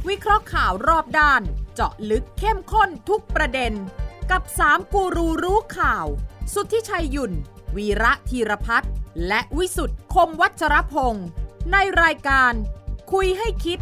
วิเคราะห์ข่าวรอบด้านเจาะลึกเข้มข้นทุกประเด็นกับ3กูรูรู้ข่าวสุทธิชัยหยุ่นวีระธีรพัฒน์และวิสุทธิ์คมวัชรพงศ์ในรายการคุยให้คิด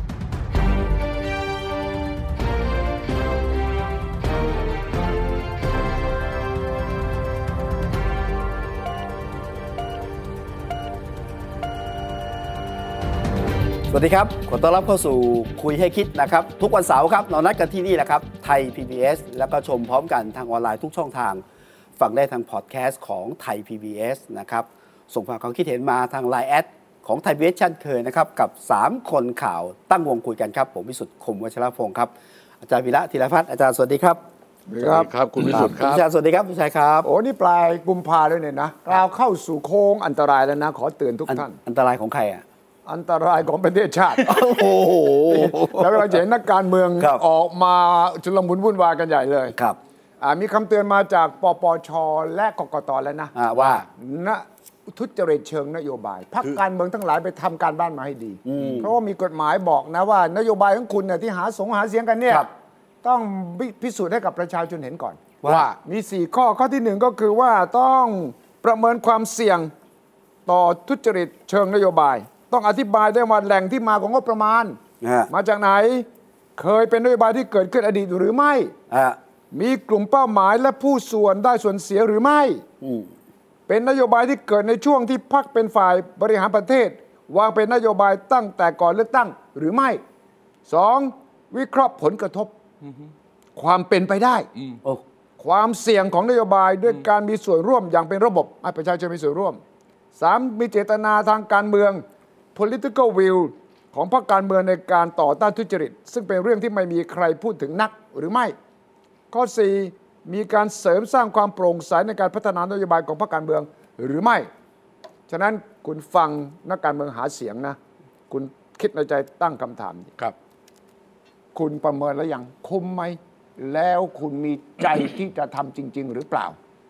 สวัสดีครับขอต้อนรับเข้าสู่คุยให้คิดนะครับทุกวันเสาร์ครับเรานัดกันที่นี่แหละครับไทย PBS แล้วก็ชมพร้อมกันทางออนไลน์ทุกช่องทางฟังได้ทางพอดแคสต์ของไทย PBS นะครับส่งความคิดเห็นมาทาง LINE แอดของไทย PBS เช่นเคยนะครับกับ3คนข่าวตั้งวงคุยกันครับผมวิสุทธิ์คมวัชรพงศ์ครับอาจารย์วีระธีรพัฒน์อาจารย์สวัสดีครับสวัสดีครับคุณวิสุทธิ์ครับอาจารย์สวัสดีครับคุณชัยครับโอ้นี่ปลายกุมภาพันธ์ด้วยเนี่ยนะเราเข้าสู่โค้งอันตรายแล้วนะขอเตือนทุกท่านอันตรายของใครอ่ะอันตรายของประเทศชาติโอ้โหแล้วเราเห็นนักการเมืองออกมาชุลมุนวุ่นวายกันใหญ่เลยครับมีคำเตือนมาจากปปชและกกตแล้วนะว่าทุจริตเชิงนโยบายพรรคการเมืองทั้งหลายไปทำการบ้านมาให้ดีเพราะว่ามีกฎหมายบอกนะว่านโยบายของคุณเนี่ยที่หาเสียงกันเนี่ยต้องพิสูจน์ให้กับประชาชนเห็นก่อนว่ามี4ข้อที่1ก็คือว่าต้องประเมินความเสี่ยงต่อทุจริตเชิงนโยบายต้องอธิบายได้ว่าแหล่งที่มาของงบประมาณมาจากไหนเคยเป็นนโยบายที่เกิดขึ้นอดีตหรือไม่มีกลุ่มเป้าหมายและผู้ส่วนได้ส่วนเสียหรือไม่เป็นนโยบายที่เกิดในช่วงที่พรรคเป็นฝ่ายบริหารประเทศวางเป็นนโยบายตั้งแต่ก่อนเลือกตั้งหรือไม่2วิเคราะห์ผลกระทบความเป็นไปได้ความเสี่ยงของนโยบายด้วยการมีส่วนร่วมอย่างเป็นระบบให้ประชาชนมีส่วนร่วม3มีเจตนาทางการเมือง political will ของพรรคการเมืองในการต่อต้านทุจริตซึ่งเป็นเรื่องที่ไม่มีใครพูดถึงนักหรือไม่ข้อ4มีการเสริมสร้างความโปร่งใสในการพัฒนานโยบายของพรรคการเมืองหรือไม่ฉะนั้นคุณฟังนักการเมืองหาเสียงนะคุณคิดในใจตั้งคำถามครับคุณประเมินแล้วยังคุ้มไหมแล้วคุณมีใจที่จะทำจริงๆหรือเปล่า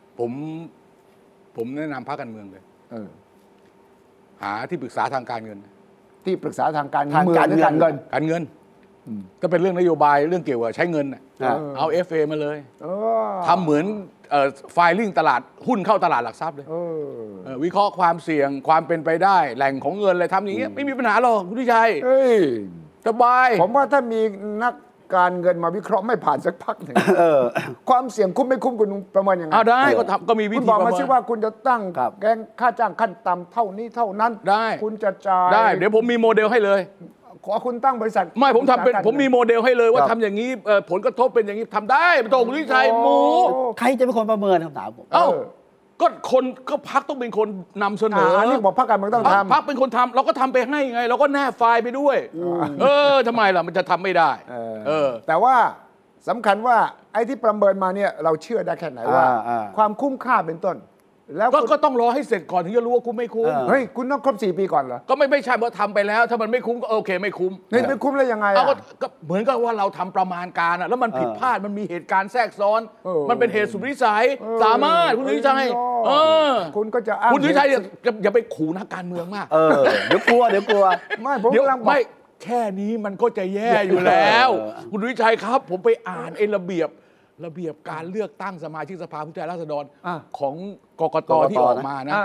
ผมแนะนำพรรคการเมืองเลยหาที่ปรึกษาทางการเงินที่ปรึกษาทางการเมืองการเงินก็เป็นเรื่องนโยบายเรื่องเกี่ยวกับใช้เงินเอา FA มาเลยทำเหมือนไฟลิ่งตลาดหุ้นเข้าตลาดหลักทรัพย์เลยวิเคราะห์ความเสี่ยงความเป็นไปได้แหล่งของเงินอะไรทำอย่างเงี้ยไม่มีปัญหาหรอกคุณวิชัยสบายผมว่าถ้ามีนักการเงินมาวิเคราะห์ไม่ผ่านสักพักหนึ่งความเสี่ยงคุ้มไม่คุ้มคุณประเมินยังไงได้ก็มีวิธีคุณบอกมาซิว่าคุณจะตั้งแกงค่าจ้างขั้นต่ำเท่านี้เท่านั้นได้คุณจะจ่ายได้เดี๋ยวผมมีโมเดลให้เลยขอคุณตั้งบริษัทไม่ผมมีโมเดลให้เลยว่าทำอย่างนี้ผลกระทบเป็นอย่างนี้ทำได้ตรงวิชัยหมูใครจะเป็นคนประเมินคำถามผมก็พรรคต้องเป็นคนนำเสนอนี่บอกพรรคการเมืองต้องทำพรรคเป็นคนทำเราก็ทำไปให้ไงเราก็แนบไฟล์ไปด้วยทำไมล่ะมันจะทำไม่ได้แต่ว่าสำคัญว่าไอ้ที่ประเมินมาเนี่ยเราเชื่อได้แค่ไหนว่าความคุ้มค่าเป็นต้นแล้วก็ต้องรอให้เสร็จก่อนถึงจะรู้ว่าคุ้มไม่คุ้มเฮ้ยคุณต้องครบ4 ปีก่อนเหรอก็ไม่ใช่ว่าทำไปแล้วถ้ามันไม่คุ้มก็โอเคไม่คุ้มไม่คุ้มแล้วยังไงก็เหมือนกับว่าเราทำประมาณการแล้วมันผิดพลาดมันมีเหตุการณ์แทรกซ้อนมันเป็นเหตุสุดวิสัยสามารถคุณวิชัยคุณก็จะคุณวิชัยอย่าไปขู่นักการเมืองมากเดี๋ยวกลัวไม่ผมกำลังไม่แค่นี้มันก็จะแย่อยู่แล้วคุณวิชัยครับผมไปอ่านระเบียบการเลือกตั้งสมาชิกสภาผู้แทนราษฎรของกกต.ที่ออกมานะ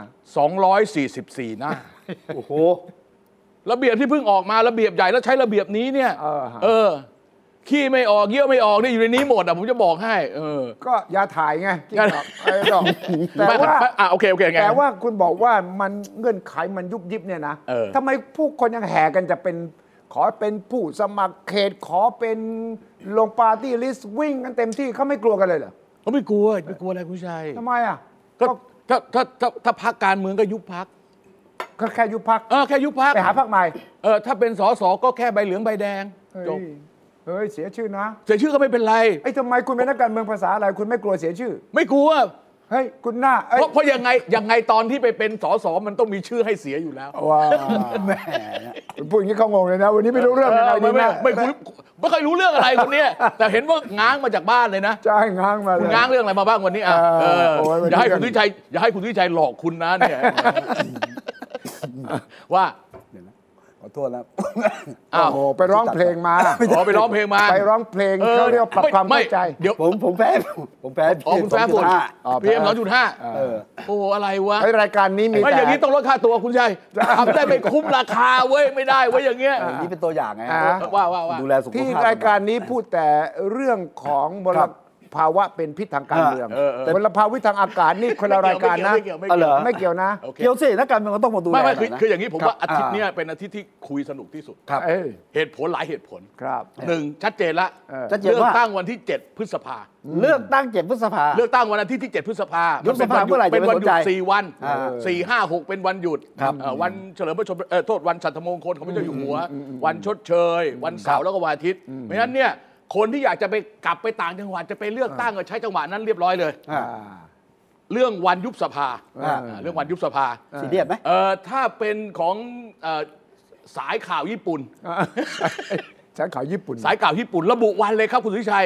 244 หน้าโอ้โหระเบียบที่เพิ่งออกมาระเบียบใหญ่แล้วใช้ระเบียบนี้เนี่ยขี้ไม่ออกเยี่ยวไม่ออกนี่อยู่ในนี้หมดผมจะบอกให้ก็ยาถ่ายไงแต่ว่าโอเคแต่ว่าคุณบอกว่ามันเงื่อนไขมันยุบยิบเนี่ยนะทำไมผู้คนยังแห่กันจะเป็นขอเป็นผู้สมัครเขตขอเป็นลงปาร์ตี้ลิสต์วิ่งกันเต็มที่เขาไม่กลัวกันเลยเหรอเขาไม่กลัวอะไรคุณชัยทำไมก็ถ้าพรรคการเมืองก็ยุบพรรคก็แค่ยุบพรรคแค่ยุบพรรคไปหาพรรคใหม่ถ้าเป็นสสก็แค่ใบเหลืองใบแดงจบเสียชื่อนะเสียชื่อก็ไม่เป็นไรทำไมคุณเป็นนักการเมืองภาษาอะไรคุณไม่กลัวเสียชื่อไม่กลัวเฮ้ยคุณหน้าเพราะยังไงตอนที่ไปเป็นสสมันต้องมีชื่อให้เสียอยู่แล้วว้าวแม่พูดอย่างนี้เขางงเลยนะวันนี้ไม่รู้เรื่องอะไรดีนะไม่เคยรู้เรื่องอะไรคนนี้แต่เห็นว่าง้างมาจากบ้านเลยนะใช่ง้างมาคุณง้างเรื่องอะไรมาบ้างวันนี้อย่าให้คุณวิชัยหลอกคุณนะเนี่ยว่าขอโทษนะโอ้โหไปร้องเพลงมาไปร้องเพลงมาไปร้องเพลงเขาเรียกว่าปรับความเข้าใจเดี๋ยวผมแพ้คุณแพ้ฝุ่น PM 2.5โอ้อะไรวะรายการนี้มีแต่อย่างนี้ต้องลดค่าตัวคุณชัยทำได้ไม่คุ้มราคาเว้ยไม่ได้เว้ยอย่างเงี้ยนี่เป็นตัวอย่างไงว่าดูแลสุขภาพที่รายการนี้พูดแต่เรื่องของมลภาวะเป็นพิษทางการเมืองแต่มลภาวะทางอากาศนี่คนละรายการนะไม่เกี่ยวนะเกี่ยวสินักการเมืองก็ต้องมาดูแลคืออย่างนี้ผมว่าอาทิตย์นี้เป็นอาทิตย์ที่คุยสนุกที่สุดเหตุผลหลายเหตุผลหนึ่งชัดเจนละเลือกตั้งวันที่7 พฤษภาเลือกตั้ง7 พฤษภาเลือกตั้งวันอาทิตย์ที่7 พฤษภาเป็นวันหยุด4 วัน4 5 6เป็นวันหยุดวันเฉลิมพระชนม์โทษวันฉัตรมงคลของพระเจ้าอยู่หัววันชดเชยวันเสาร์แล้วก็วันอาทิตย์เพราะฉะนั้นเนี่ยคนที่อยากจะไปกลับไปต่างจังหวัดจะไปเลือกตั้งก็ใช้จังหวะนั้นเรียบร้อยเลยเรื่องวันยุบสภาเรื่องวันยุบสภาซีเรียสไหมถ้าเป็นของสายข่าวญี่ปุ่นสายข่าวญี่ปุ่นระบุวันเลยครับคุณสุทธิชัย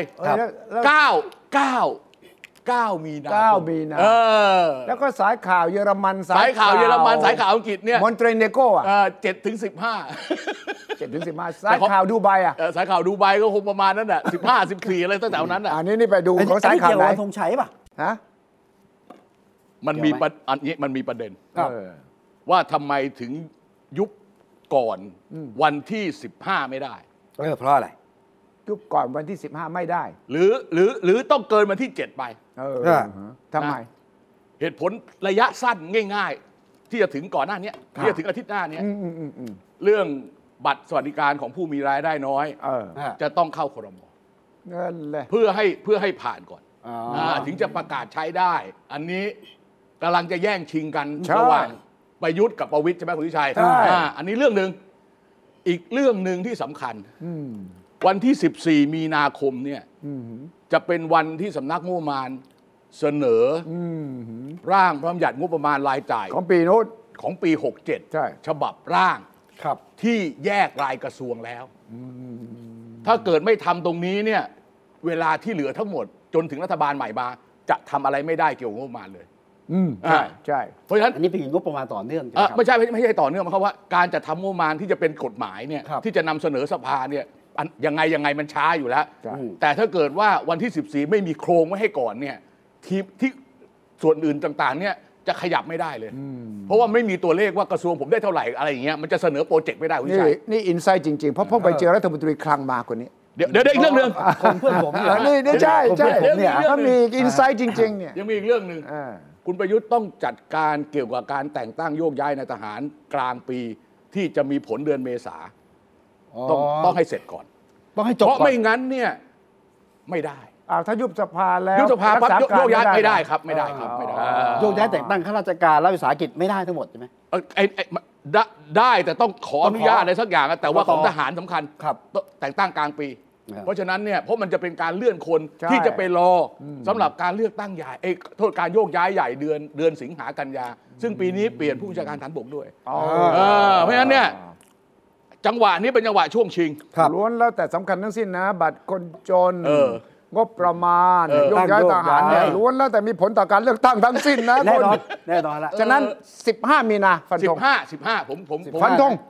9 มีนาแล้วก็สายข่าวเยอรมันสายข่าวเยอรมันสายข่าวอังกฤษเนี่ยมอนเตเนโก้ 7 ถึง 15 สายข่าวดูไบสายข่าวดูไบก็คงประมาณนั้นแหละ15 14อะไรตั้งแต่นั้นอันนี้ไปดูของสายข่าวไหนธงชัยป่ะฮะมันมีประเด็นว่าทำไมถึงยุบก่อนวันที่15ไม่ได้เพราะอะไรยุบก่อนวันที่15ไม่ได้หรือต้องเกินวันที่7ไปทำไมเหตุผลระยะสั้นง่ายๆที่จะถึงก่อนหน้านี้ที่จะถึงอาทิตย์หน้านี้เรื่องบัตรสวัสดิการของผู้มีรายได้น้อยจะต้องเข้าครม.เพื่อให้ผ่านก่อนถึงจะประกาศใช้ได้อันนี้กำลังจะแย่งชิงกันระหว่างประยุทธ์กับประวิตรใช่ไหมคุณวิชัยอันนี้เรื่องหนึ่งอีกเรื่องหนึ่งที่สำคัญวันที่14 มีนาคมเนี่ยจะเป็นวันที่สำนักงบประมาณเสนอร่างพระราชบัญญัติงบประมาณรายจ่ายของปีนู้นของปี67ฉบับร่างที่แยกรายกระทรวงแล้วถ้าเกิดไม่ทำตรงนี้เนี่ยเวลาที่เหลือทั้งหมดจนถึงรัฐบาลใหม่มาจะทำอะไรไม่ได้เกี่ยวกับงบประมาณเลยใช่เพราะฉะนั้นอันนี้เป็นงบประมาณต่อเนื่องไม่ใช่ต่อเนื่องหมายความว่าการจะทำงบประมาณที่จะเป็นกฎหมายเนี่ยที่จะนำเสนอสภาเนี่ยยังไงมันช้าอยู่แล้วแต่ถ้าเกิดว่าวันที่14ไม่มีโครงไว้ให้ก่อนเนี่ยที่ส่วนอื่นต่างๆเนี่ยจะขยับไม่ได้เลยเพราะว่าไม่มีตัวเลขว่ากระทรวงผมได้เท่าไหร่อะไรอย่างเงี้ยมันจะเสนอโปรเจกต์ไม่ได้คุณชัยนี่อินไซต์จริงๆเพราะพ่อไปเจอรัฐมนตรีคลังมากว่านี้เดี๋ยวอีกเรื่องนึงเพื่อนผมนี่ใช่ก็มีอินไซต์จริงๆเนี่ยยังมีอีกเรื่องนึงคุณประยุทธ์ต้องจัดการเกี่ยวกับการแต่งตั้งโยกย้ายในทหารกลางปีที่จะมีผลเดือนเมษาต้องให้เสร็จก่อนต้องให้จบเพราะไม่งั้นเนี่ยไม่ได้ถ้ายุบสภาแล้วยุบสภาปั๊บโยกย้ายไม่ได้ครับไม่ได้โยกย้ายแต่งตั้งข้าราชการรัฐวิสาหกิจไม่ได้ทั้งหมดใช่ไหมได้แต่ต้องขออนุญาตอะไรสักอย่างแต่ว่าของทหารสำคัญแต่งตั้งกลางปีเพราะฉะนั้นเนี่ยเพราะมันจะเป็นการเลื่อนคนที่จะไปรอสำหรับการเลือกตั้งใหญ่โทษการโยกย้ายใหญ่เดือนสิงหากันยาซึ่งปีนี้เปลี่ยนผู้บัญชาการฐานบกด้วยเพราะฉะนั้นเนี่ยจังหวะนี้เป็นจังหวะช่วงชิงล้วนแล้วแต่สำคัญทั้งสิ้นนะบัตรคนจนงบประมาณโยกย้ายทหารเนี่ยล้วนแล้วแต่มีผลต่อการเลือกตั้งทั้งสิ้นนะแน่นอนละฉะนั้น15 มีนาฟันธง 15ผมฟันธง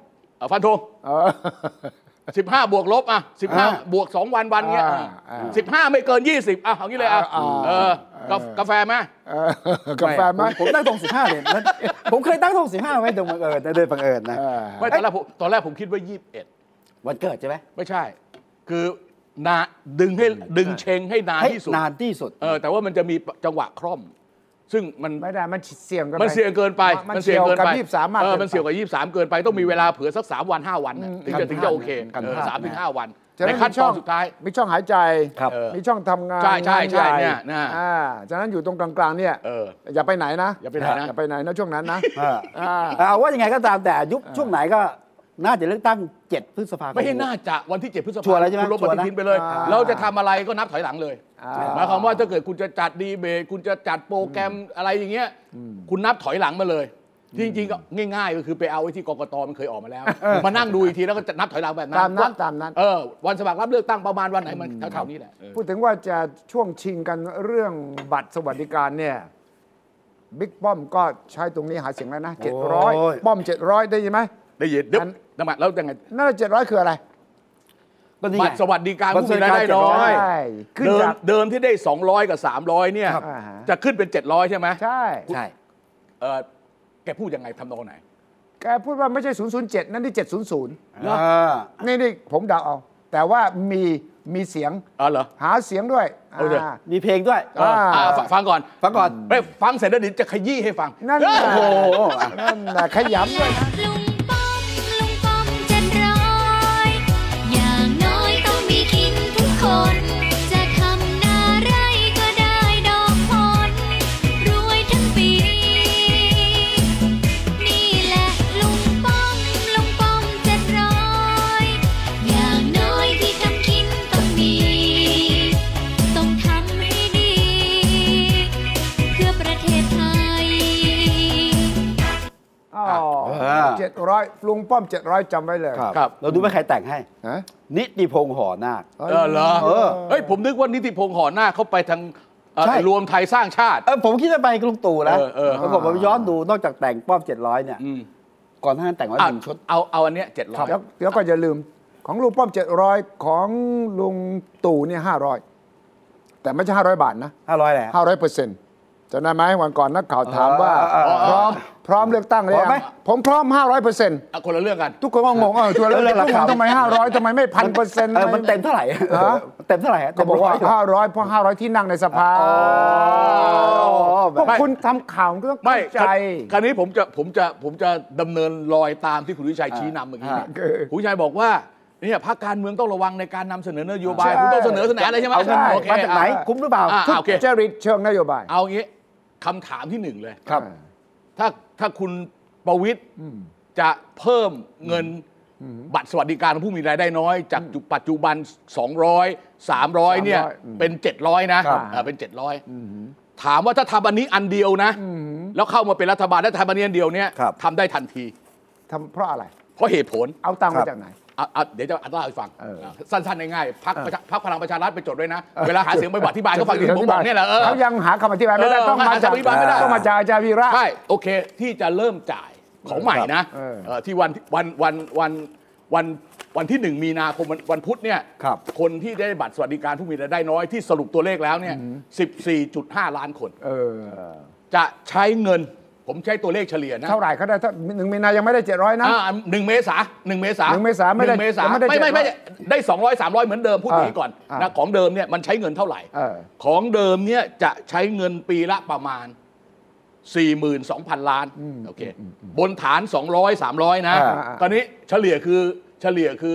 15 บวกลบ15 บวก2 วันเงี้ย15ไม่เกิน20เอางี้เลยกาแฟไหมผมตั้งธง15เลยผมเคยตั้งธง15ไว้โดยบังเอิญนะไม่ตอนแรกผมคิดว่า21 วันเกิดใช่ไหมไม่ใช่คือดึงเชงให้นานที่สุดแต่ว่ามันจะมีจังหวะคล่อมซึ่งมันไม่ได้มันเสี่ยงเกินไปมันเสี่ยงกับ23 มันเสี่ยงกับ23เกินไปต้องมีเวลาเผื่อสัก3 วัน 5 วันถึงจะโอเค3 ถึง 5 วันในขั้นตอนสุดท้ายมีช่องหายใจมีช่องทำงานใช่เนี่ยฉะนั้นอยู่ตรงกลางๆเนี่ยอย่าไปไหนนะอย่าไปไหนนะช่วงนั้นนะเอาว่ายังไงก็ตามแต่ยุบช่วงไหนก็น่าจะเลือกตั้ง7 พฤษภาคมไม่ใช่น่าจะวันที่7 พฤษภาคมคุณลบปฏิทินไปเลยเราจะทำอะไรก็นับถอยหลังเลยหมายความว่าถ้าเกิดคุณจะจัดดีเบตคุณจะจัดโปรแกรมอะไรอย่างเงี้ยคุณนับถอยหลังมาเลยจริงๆก็ง่ายๆก็คือไปเอาไอ้ที่กกต.มันเคยออกมาแล้วมานั่งดูอีกทีแล้วก็จะนับถอยหลังแบบนั้นตามนั้นวันสมัครรับเลือกตั้งประมาณวันไหนมันเท่านี้แหละพูดถึงว่าจะช่วงชิงกันเรื่องบัตรสวัสดิการเนี่ยบิ๊กป้อมก็ใช้ตรงนี้หาเสียงแล้วนะ700ป้อม700ได้ยินไหมได้ยินเดี๋ยวน้ำมันแล้วยังไงนั่น700คืออะไรบัตรสวัสดิการผู้มีรายได้น้อยเดิมที่ได้200กับ300เนี่ยจะขึ้นเป็น700ใช่ไหมใช่แกพูดยังไงทำนองไหนแกพูดว่าไม่ใช่007นั่นที่700นี่ผมเดาเอาแต่ว่ามีเสียงเหรอหาเสียงด้วยมีเพลงด้วยฟังก่อนฟังเสร็จแล้วเดี๋ยวจะขยี้ให้ฟังนั่นโอ้โหนั่นขยำด้วยนะ700ลุงป้อม700จำไว้เลยครับเราดูว่าใครแต่งให้นิติพงษ์ห่อนาคเหรอเฮ้ยผมนึกว่านิติพงษ์ห่อนาคเขาไปทางรวมไทยสร้างชาติผมคิดว่าไปลุงตู่แล้วปรากฏว่าย้อนดูนอกจากแต่งป้อม700เนี่ยก่อนหน้านั้นแต่งไว้1 ชุดเอาอันเนี้ย700 แล้วก็อย่าลืมของลุงป้อม700ของลุงตู่เนี่ย500แต่ไม่ใช่500 บาทนะ 500แหละ 500%จำได้ไหมวันก่อนนักข่าวถามว่าพร้อมเลือกตั้งเลยไหมผมพร้อม 500% คนละเรื่องกันทุกคนก็งงตัวเรื่องทำไม500ทำไมไม่1,000% มันเต็มเท่าไหร่เต็มเท่าไหร่ก็บอกว่า500เพราะ500ที่นั่งในสภาพวกคุณทำข่าวก็ต้องเข้าใจคราวนี้ผมจะดำเนินรอยตามที่คุณวิชัยชี้นำเมื่อกี้คุณวิชัยบอกว่าเนี่ยพรรคการเมืองต้องระวังในการนำเสนอนโยบายคุณต้องเสนออะไรใช่ไหมมาจากไหนคุ้มหรือเปล่าทุจริตเชิงนโยบายเอางี้คำถามที่1เลยครับถ้าคุณประวิตรจะเพิ่มเงินบัตรสวัสดิการของผู้มีรายได้น้อยจากปัจจุบัน200 300เนี่ยเป็น700นะเป็น700ถามว่าถ้าทำอันนี้อันเดียวนะแล้วเข้ามาเป็นรัฐบาลแล้วทำอันนี้อันเดียวเนี่ยทำได้ทันทีทำเพราะอะไรเพราะเหตุผลเอาตังค์มาจากไหนเดี๋ยวจะอธิบายให้ฟังสั้นๆง่ายๆพรรคพลังประชารัฐไปจดด้วยนะเวลาหาเสียงไปอธิบายเขาฟังที่ผมบอกเนี่ยแหละเขายังหาคำอธิบายไม่ได้ต้องมาจากอาจารย์วีระใช่โอเคที่จะเริ่มจ่ายของใหม่นะที่วันที่1 มีนาคมวันพุธเนี่ยคนที่ได้บัตรสวัสดิการผู้มีรายได้น้อยที่สรุปตัวเลขแล้วเนี่ย 14.5 ล้านคนจะใช้เงินผมใช้ตัวเลขเฉลี่ยนะเท่าไหร่เขาได้1 มีนายังไม่ได้700นะ 1 เมษายนไม่ได้ไม่ได้200 300เหมือนเดิมพูดอย่างนี้ก่อนนะของเดิมเนี่ยมันใช้เงินเท่าไหร่ของเดิมเนี่ยจะใช้เงินปีละประมาณ 42,000 ล้านโอเคบนฐาน200 300นะตอนนี้เฉลี่ยคือ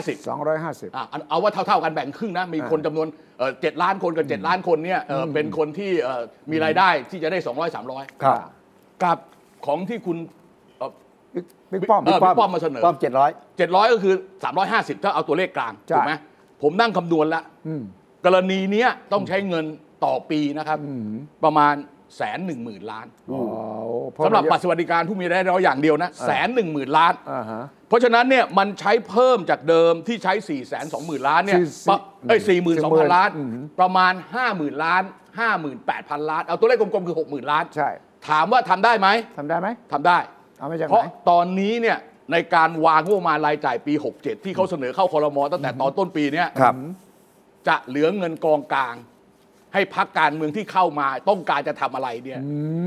250เอาว่าเท่ากันแบ่งครึ่งนะมีคนจำนวน7 ล้านคนกับ7 ล้านคนเนี่ยเป็นคนที่มีรายได้ที่จะได้200 300กับของที่คุณบิ๊กป้อมมาเสนอป้อม700 ก็คือ350ถ้าเอาตัวเลขกลางถูกไหมผมนั่งคำนวณแล้วกรณีนี้ต้องใช้เงินต่อปีนะครับประมาณ110,000 ล้านสำหรับบัตรสวัสดิการผู้มีรายได้น้อยอย่างเดียวนะ110,000 ล้านเพราะฉะนั้นเนี่ยมันใช้เพิ่มจากเดิมที่ใช้420,000 ล้านเนี่ย42,000 ล้านประมาณ50,000 ล้าน 58,000 ล้านเอาตัวเลขกลมๆคือ60,000 ล้านใช่ถามว่าทำได้ไหมทำได้เพราะตอนนี้เนี่ยในการวางงบประมาณรายจ่ายปี67ที่เขาเสนอเข้าครม.ตั้งแต่ตอนต้นปีเนี่ยจะเหลือเงินกองกลางให้พรรคการเมืองที่เข้ามาต้องการจะทำอะไรเนี่ย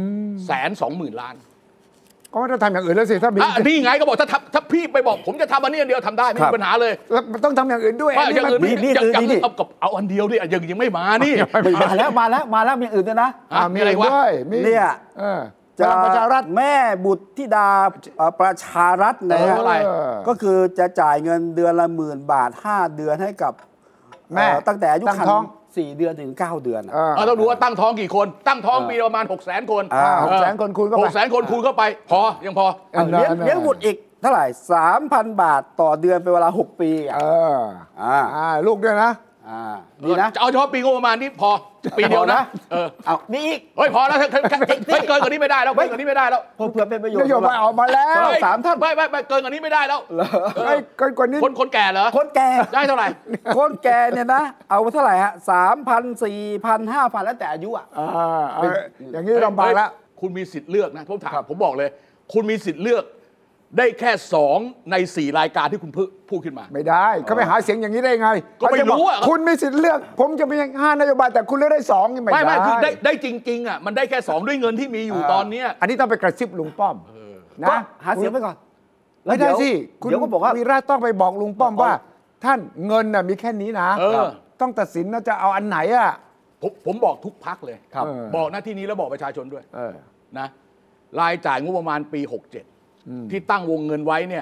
120,000 ล้านก็ไม่ต้องทำอย่างอื่นแล้วสิถ้ามีนี่ไงก็บอกถ้าพี่ไปบอกผมจะทำอันนี้อันเดียวทำได้ไม่มีปัญหาเลยมันต้องทำอย่างอื่นด้วยอย่างอื่นเอาอันเดียวดิยังไม่มานี่มาแล้วมีอย่างอื่นด้วยนะมีอะไรด้วยเนี่ยจะประชารัฐแม่บุตรธิดาประชารัฐนะฮะก็คือจะจ่ายเงินเดือนละ10,000 บาท5 เดือนให้กับแม่ตั้งแต่อายุครรภ์4 เดือนถึง9 เดือนต้องดูว่าตั้งท้องกี่คนตั้งท้องปีประมาณ600,000 คน 600,000 คนคูณเข้าไป 600,000 คนคูณเข้าไปยังพอเลี้ยงบุตรอีกเท่าไหร่ 3,000 บาทต่อเดือนเป็นเวลา6 ปีลูกด้วยนะดีนะเอาเฉพาะปีงบประมาณนี้พอปีเดียวนะเอานี่อีกพอแล้วเกินกว่านี้ไม่ได้แล้วเกินกว่านี้ไม่ได้แล้วเพื่อเป็นประโยชน์นโยบายออกมาแล้ว 3 ท่านไม่เกินกว่านี้ไม่ได้แล้วเกินกว่านี้คนแก่เหรอคนแก่ได้เท่าไหร่คนแก่เนี่ยนะเอาเท่าไหร่ฮะ 3,000 4,000 5,000แล้วแต่อายุอย่างนี้ลำบากแล้วคุณมีสิทธิ์เลือกนะผมบอกเลยคุณมีสิทธิ์เลือกได้แค่2 ใน 4 รายการที่คุณพูดขึ้นมาไม่ได้เขาไปหาเสียงอย่างนี้ได้ไงก็ไม่รู้อ่ะคุณมีสิทธิ์เลือกผมจะมี5 นโยบายแต่คุณเลือกได้2นี่ไม่คือได้จริงๆอ่ะมันได้แค่2ด้วยเงินที่มีอยู่ตอนนี้อันนี้ต้องไปกระซิบลุงป้อมนะหาเสียงไปก่อนไม่ได้สิคุณก็บอกว่าวีระต้องไปบอกลุงป้อมว่าท่านเงินน่ะมีแค่นี้นะต้องตัดสินว่าจะเอาอันไหนอ่ะผมบอกทุกพรรคเลยบอกหน้าที่นี้แล้วบอกประชาชนด้วยนะรายจ่ายงบประมาณปี67ที่ตั้งวงเงินไว้เนี่ย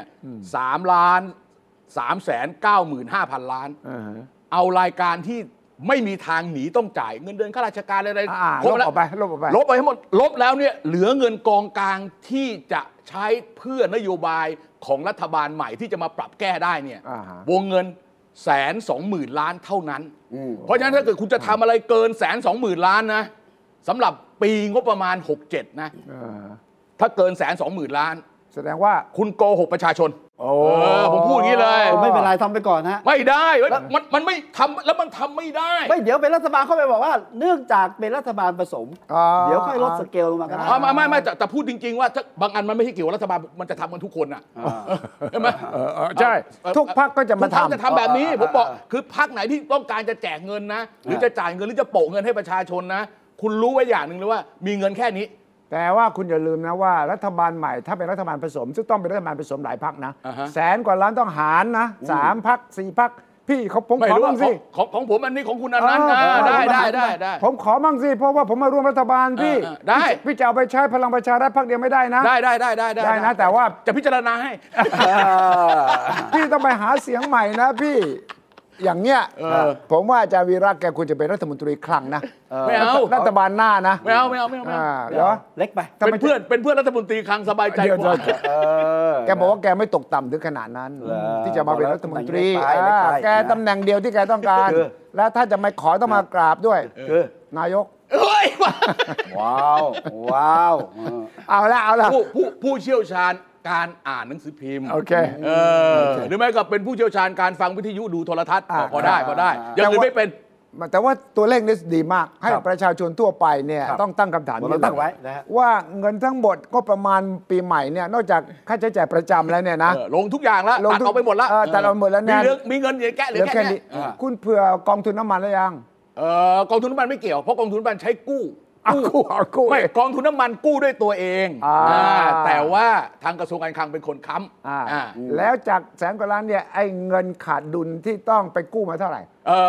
3,395,000 ล้านเอารายการที่ไม่มีทางหนีต้องจ่ายเงินเดือนข้าราชการอะไรลบออกไปลบไปให้หมดลบแล้วเนี่ยเหลือเงินกองกลางที่จะใช้เพื่อนโยบายของรัฐบาลใหม่ที่จะมาปรับแก้ได้เนี่ยวงเงิน120,000 ล้านเท่านั้นเพราะฉะนั้นถ้าเกิดคุณจะทำอะไรเกิน120,000 ล้านนะสำหรับปีงบประมาณ67นะถ้าเกิน120,000 ล้านแสดงว่าคุณโกหกประชาชนผมพูดอย่างนี้เลยไม่เป็นไรทำไปก่อนฮะไม่ได้มันไม่ทำแล้วมันทำไม่ได้ไม่เดี๋ยวเป็นรัฐบาลเข้าไปบอกว่าเนื่องจากเป็นรัฐบาลผสมเดี๋ยวค่อยลดสเกลลงมากันไม่แต่พูดจริงๆว่าบางอันมันไม่ใช่เกี่ยวกับรัฐบาลมันจะทำกันทุกคนอ่ะใช่ไหมใช่ทุกพรรคก็จะมาทำแบบนี้ผมบอกคือพรรคไหนที่ต้องการจะแจกเงินนะหรือจะจ่ายเงินหรือจะโปะเงินให้ประชาชนนะคุณรู้ไว้อย่างหนึ่งเลยว่ามีเงินแค่นี้แต่ว่าคุณอย่าลืมนะว่ารัฐบาลใหม่ถ้าเป็นรัฐบาลผสมซึ่งต้องเป็นรัฐบาลผสมหลายพรรคนะ100,000 กว่าล้านต้องหารนะ3 พรรค 4 พรรคพี่ผมขอบ้างสิของผมอันนี้ของคุณอันนั้นได้ผมขอบ้างสิเพราะว่าผมมาร่วมรัฐบาลพี่จะเอาไปใช้พลังประชารัฐพรรคเดียวไม่ได้นะได้นะแต่ว่าจะพิจารณาให้พี่ต้องไปหาเสียงใหม่นะพี่อย่างเงี้ยผมว่าอาจารย์วีระแกควรจะเป็นรัฐมนตรีคลังนะไม่เอารัฐบาลหน้านะไม่เอาเหรอเล็กไปเป็นเพื่อนรัฐมนตรีคลังสบายใจกว่าแกบอกว่าแกไม่ตกต่ำถึงขนาดนั้นที่จะมาเป็นรัฐมนตรีแกตำแหน่งเดียวที่แกต้องการแล้วถ้าจะไม่ขอต้องมากราบด้วยนายกว้าวเอาละผู้เชี่ยวชาญการอ่านหนังสือพิมพ์โอเคหรือไม่ก็เป็นผู้เชี่ยวชาญการฟังวิทยุดูโทรทัศน์พอได้ยังไม่เป็นแต่ว่าตัวเลขนี้ดีมากให้ประชาชนทั่วไปเนี่ยต้องตั้งคำถามนี้ตั้งไว้ว่าเงินทั้งหมดก็ประมาณปีใหม่เนี่ยนอกจากค่าใช้จ่ายประจำแล้วเนี่ยนะลงทุกอย่างแล้วตัดเอาไปหมดแล้วตัดเอาหมดแล้วเนี่ยมีเงินแก้หรือแค่นี้คุณเผื่อกองทุนน้ำมันหรือยังกองทุนน้ำมันไม่เกี่ยวเพราะกองทุนน้ำมันใช้กู้ไม่กองทุนน้ำมันกู้ด้วยตัวเองแต่ว่าทางกระทรวงการคลังเป็นคนค้ำแล้วจาก100,000 กว่าล้านเนี่ยไอ้เงินขาดดุลที่ต้องไปกู้มาเท่าไหร่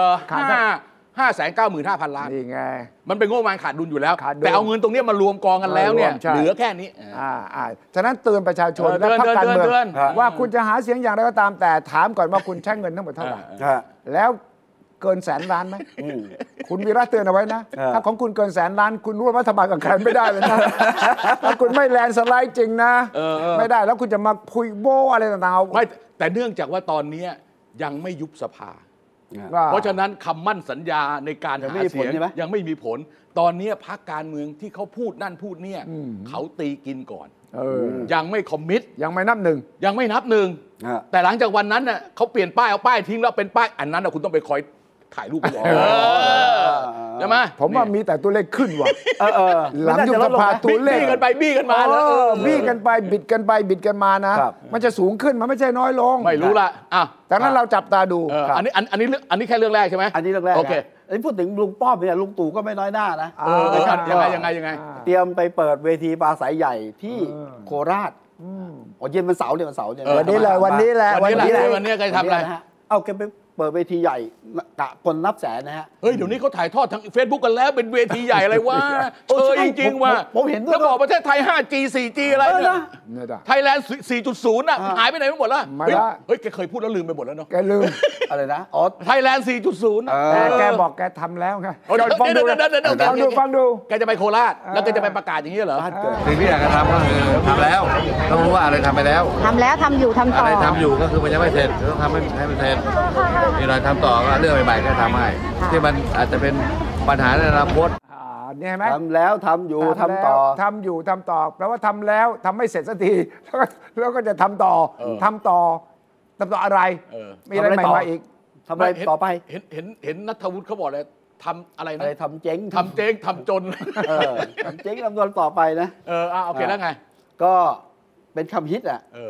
595,000 ล้านนี่ไงมันเป็นงบประมาณขาดดุลอยู่แล้วแต่เอาเงินตรงนี้มารวมกองกันแล้วเนี่ยเหลือแค่นี้ฉะนั้นเตือนประชาชนและพรรคการเมืองว่าคุณจะหาเสียงอย่างไรก็ตามแต่ถามก่อนว่าคุณใช้เงินทั้งหมดเท่าไหร่แล้วเกิน100,000 ล้านไหมคุณวีระเตือนเอาไว้นะถ้าของคุณเกิน100,000 ล้านคุณร่วมรัฐบาลกับใครไม่ได้เลยนะถ้าคุณไม่แลนสไลด์จริงนะไม่ได้แล้วคุณจะมาคุยโบ้อะไรต่างๆไม่แต่เนื่องจากว่าตอนนี้ยังไม่ยุบสภาเพราะฉะนั้นคำมั่นสัญญาในการหาเสียงยังไม่มีผลตอนนี้พรรคการเมืองที่เขาพูดนั่นพูดเนี่ยเขาตีกินก่อนยังไม่คอมมิตยังไม่นับหนึ่งแต่หลังจากวันนั้นน่ะเขาเปลี่ยนป้ายเอาป้ายทิ้งแล้วเป็นป้ายอันนั้นนะคุณต้องไปคอยถ่ายรูปกันใช่ไหมผมว่ามีแต่ตัวเลขขึ้นว่ะหลังยุบสภาตัวเลขบี้กันไปบี้กันมาแล้วบี้กันไปบิดกันไปบิดกันมานะมันจะสูงขึ้นมันไม่ใช่น้อยลงไม่รู้ละแต่นั้นเราจับตาดูอันนี้แค่เรื่องแรกใช่ไหมอันนี้เรื่องแรกโอเคอันนี้พูดถึงลุงป้อมเนี่ยลุงตู่ก็ไม่น้อยหน้านะยังไงเตรียมไปเปิดเวทีปราศัยใหญ่ที่โคราชเย็นวันเสาร์เนี่ยวันนี้แหละวันนี้ใครทำอะไรเอาแกไปเปิดเวทีใหญ่กะคนนับแสนนะฮะเฮ้ยเดี๋ยวนี้เขาถ่ายทอดทาง Facebook กันแล้วเป็นเวทีใหญ่อะไรวะจริงๆว่ะผมเห็นด้วยแล้วบอกประเทศไทย 5G 4G อะไรเนี่ยไทยแลนด์ 4.0 หายไปไหนหมดแล้วเฮ้ยแกเคยพูดแล้วลืมไปหมดแล้วเนาะแกลืมอะไรนะไทยแลนด์ 4.0 แต่แกบอกแกทำแล้วไงฟังดูแกจะไปโคราชแล้วแกจะไปประกาศอย่างนี้เหรอสิ่งที่อยากจะทำก็คือทำแล้วต้องรู้ว่าอะไรทำไปแล้วทำอยู่ทำต่ออะไรทำอยู่ก็คือมันยังไม่เสร็จต้องทำให้มันเสร็จมีอะไรทำต่อก็เรื่องใหม่ๆก็ทำให้ที่มันอาจจะเป็นปัญหาในอนาคตเนี่ยไหมทำแล้วทำอยู่ทำต่อแปลว่าทำแล้วทำไม่เสร็จสักทีแล้วก็จะทำต่ออะไรมีอะไรใหม่มาอีกทำอะไรต่อไปเห็นณัฐวุฒิเขาบอกเลยทำอะไรนะทำเจ๊งทำจนทำเจ๊งทำจนต่อไปนะโอเคแล้วไงก็เป็นคำฮิตอ่ะ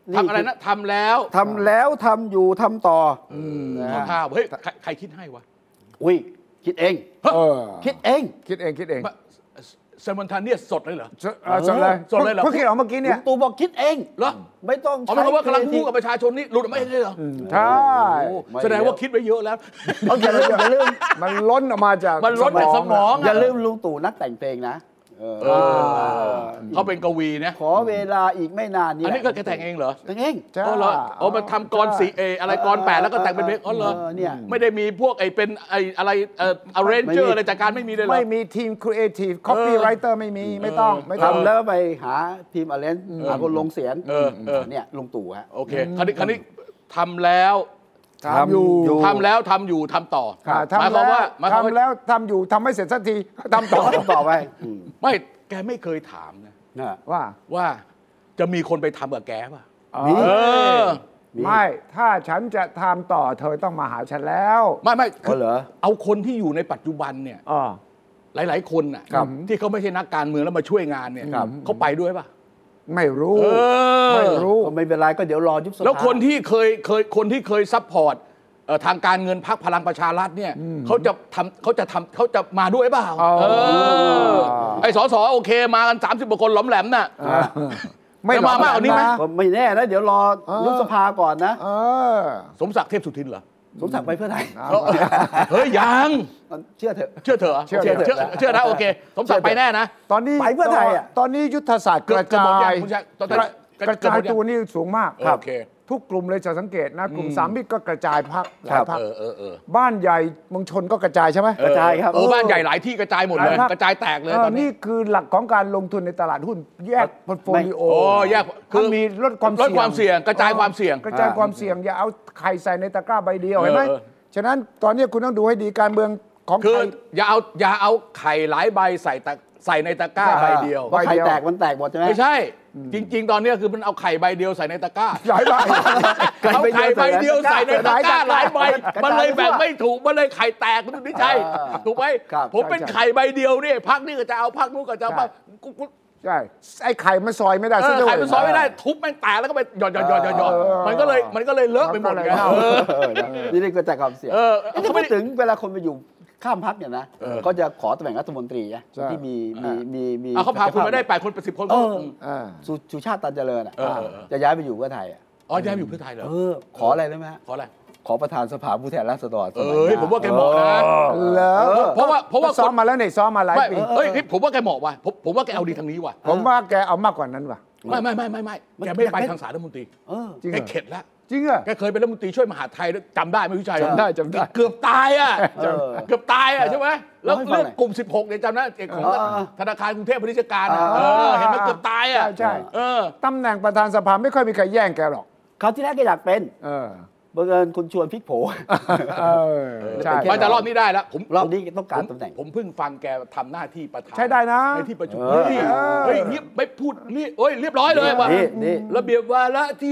ทำอะไรนะทำแล้วทำอยู่ทำต่อข้าวเฮ้ยใครคิดให้วะอุ้ยคิดเองคิดเองเซมอนทานเนี่ยสดเลยเหรอสดเลยเหรอเพิ่งคิดออกเมื่อกี้เนี่ยตู่บอกคิดเองเหรอไม่ต้องใช้คำว่ากำลังพูดกับประชาชนนี่หลุดไม่ได้เหรอใช่แสดงว่าคิดไว้เยอะแล้วอย่าลืมมันล้นออกมาจากสมองอย่าลืมลุงตู่นักแต่งเพลงนะเขาเป็นกวีนะขอเวลาอีกไม่นานนี่อันนี้ก็แกแต่งเองเหรอแต่งเองอ๋อเหรอมาทำกร4อะไรกร8แล้วก็แต่งเป็นเพลงอ๋อเหรอเนี่ยไม่ได้มีพวกเป็นอะไรarranger อะไรจากการไม่มีเลยเหรอไม่มีทีม creative copywriter ไม่ต้องทำแล้วไปหาทีม arrange หาคนลงเสียงเนี่ยลุงตู่ฮะโอเคคราวนี้ทำแล้วทำอยู่ทำต่อทำแล้วทำอยู่ทำไม่เสร็จสักทีทำต่อไปไม่แกไม่เคยถามนะว่าจะมีคนไปทำกับแกป่ะไม่ถ้าฉันจะทำต่อเธอต้องมาหาฉันแล้วไม่คือเอาคนที่อยู่ในปัจจุบันเนี่ยหลายๆคนน่ะที่เขาไม่ใช่นักการเมืองแล้วมาช่วยงานเนี่ยเขาไปด้วยป่ะไม่รู้ก็ไม่เป็นไรก็เดี๋ยวรอยุบสภาแล้วคนที่เคยซัพพอร์ตทางการเงินพรรคพลังประชารัฐเนี่ยเขาจะมาด้วยเปล่าไอ้สสโอเคมากัน30กว่าคนหลอมแหลมน่ะไม่มามากกว่านี้ไหมไม่แน่นะเดี๋ยวรอยุบสภาก่อนนะสมศักดิ์เทพสุทินเหรอสมศักดิ์ไปเพื่อไทยเฮ้ยยังเชื่อเถอะเชื่อนะโอเคสมศักดิ์ไปแน่นะตอนนี้ไปเพื่อไทยอ่ะตอนนี้ยุทธศาสตร์กระจายตัวนี่สูงมากทุกกลุ่มเลยจะสังเกตนะกลุ่มสามมิตรก็กระจายพรรคหลายพรรคบ้านใหญ่เมืองชนก็กระจายใช่ไหมกระจายครับบ้านใหญ่หลายที่กระจายหมดเลยกระจายแตกเลยตอนนี้นี่คือหลักของการลงทุนในตลาดหุ้นแยกพอร์ตโฟลิโอแยกคือมีลดความเสี่ยงกระจายความเสี่ยงอย่าเอาไข่ใส่ในตะกร้าใบเดียวเห็นไหมฉะนั้นตอนนี้คุณต้องดูให้ดีการเมืองของไทยอย่าเอาไข่หลายใบใส่ในตะกร้าใบเดียวไข่แตกมันแตกหมดใช่ไหมไม่ใช่จริงๆตอนนี้คือมันเอาไข่ใบเดียวใส่ในตะกร้าหลายใบเอาไข่ใบเดียวใส่ในตะกร้าหลายใบมันเลยแบ่งไม่ถูกมันเลยไข่แตกคุณนิชัยถูกไหมผมเป็นไข่ใบเดียวนี่พรรคนี้ก็จะเอาพรรคนู้นก็จะเอาใช่ไอ้ไข่มันซอยไม่ได้ไข่มันซอยไม่ได้ทุบแม่งแตกแล้วก็ไปหยอดมันก็เลยเลอะไปหมดไงนี่ก็จะความเสี่ยงถ้าไปถึงเวลาคนไปอยู่ข้ามพรรคเนี่ยนะก็จะขอตำแหน่งรัฐมนตรีที่มีเขาพาคุณมาได้8 คน10 คนสุชาติตันเจริญจะย้ายไปอยู่เพื่อไทยย้ายไปอยู่เพื่อไทยเหรอขออะไรได้ไหมขออะไรขอประธานสภาผู้แทนราษฎรผมว่าแกเหมาะนะเพราะว่าซ้อมมาแล้วเนี่ยซ้อมมาหลายปีผมว่าแกเหมาะว่ะผมว่าแกเอาดีทางนี้ว่ะผมว่าแกเอามากกว่านั้นว่ะไม่แกไม่ไปทางสายรัฐมนตรีแกเข็ดแล้วจริงอ่ะแกเคยเป็นรัฐมนตรีช่วยมหาดไทยจำได้ไหมพี่ชัยจำได้เกือบตายอ่ะใช่ไหมแล้วเรื่องกลุ่ม16เนี่ยจำได้ของธนาคารกรุงเทพพาณิชยการเห็นมันเกือบตายอ่ะใช่ตำแหน่งประธานสภาไม่ค่อยมีใครแย่งแกหรอกเขาที่แรกแกอยากเป็นบังเอิญคุณชวนพลิกโผใช่มาแต่รอบนี้ได้แล้วรอบนี้ต้องการตำแหน่งผมเพิ่งฟังแกทำหน้าที่ประธานใช่ได้นะในที่ประชุมเฮ้ยไม่พูดนี่เรียบร้อยเลยว่ะระเบียบวาระที่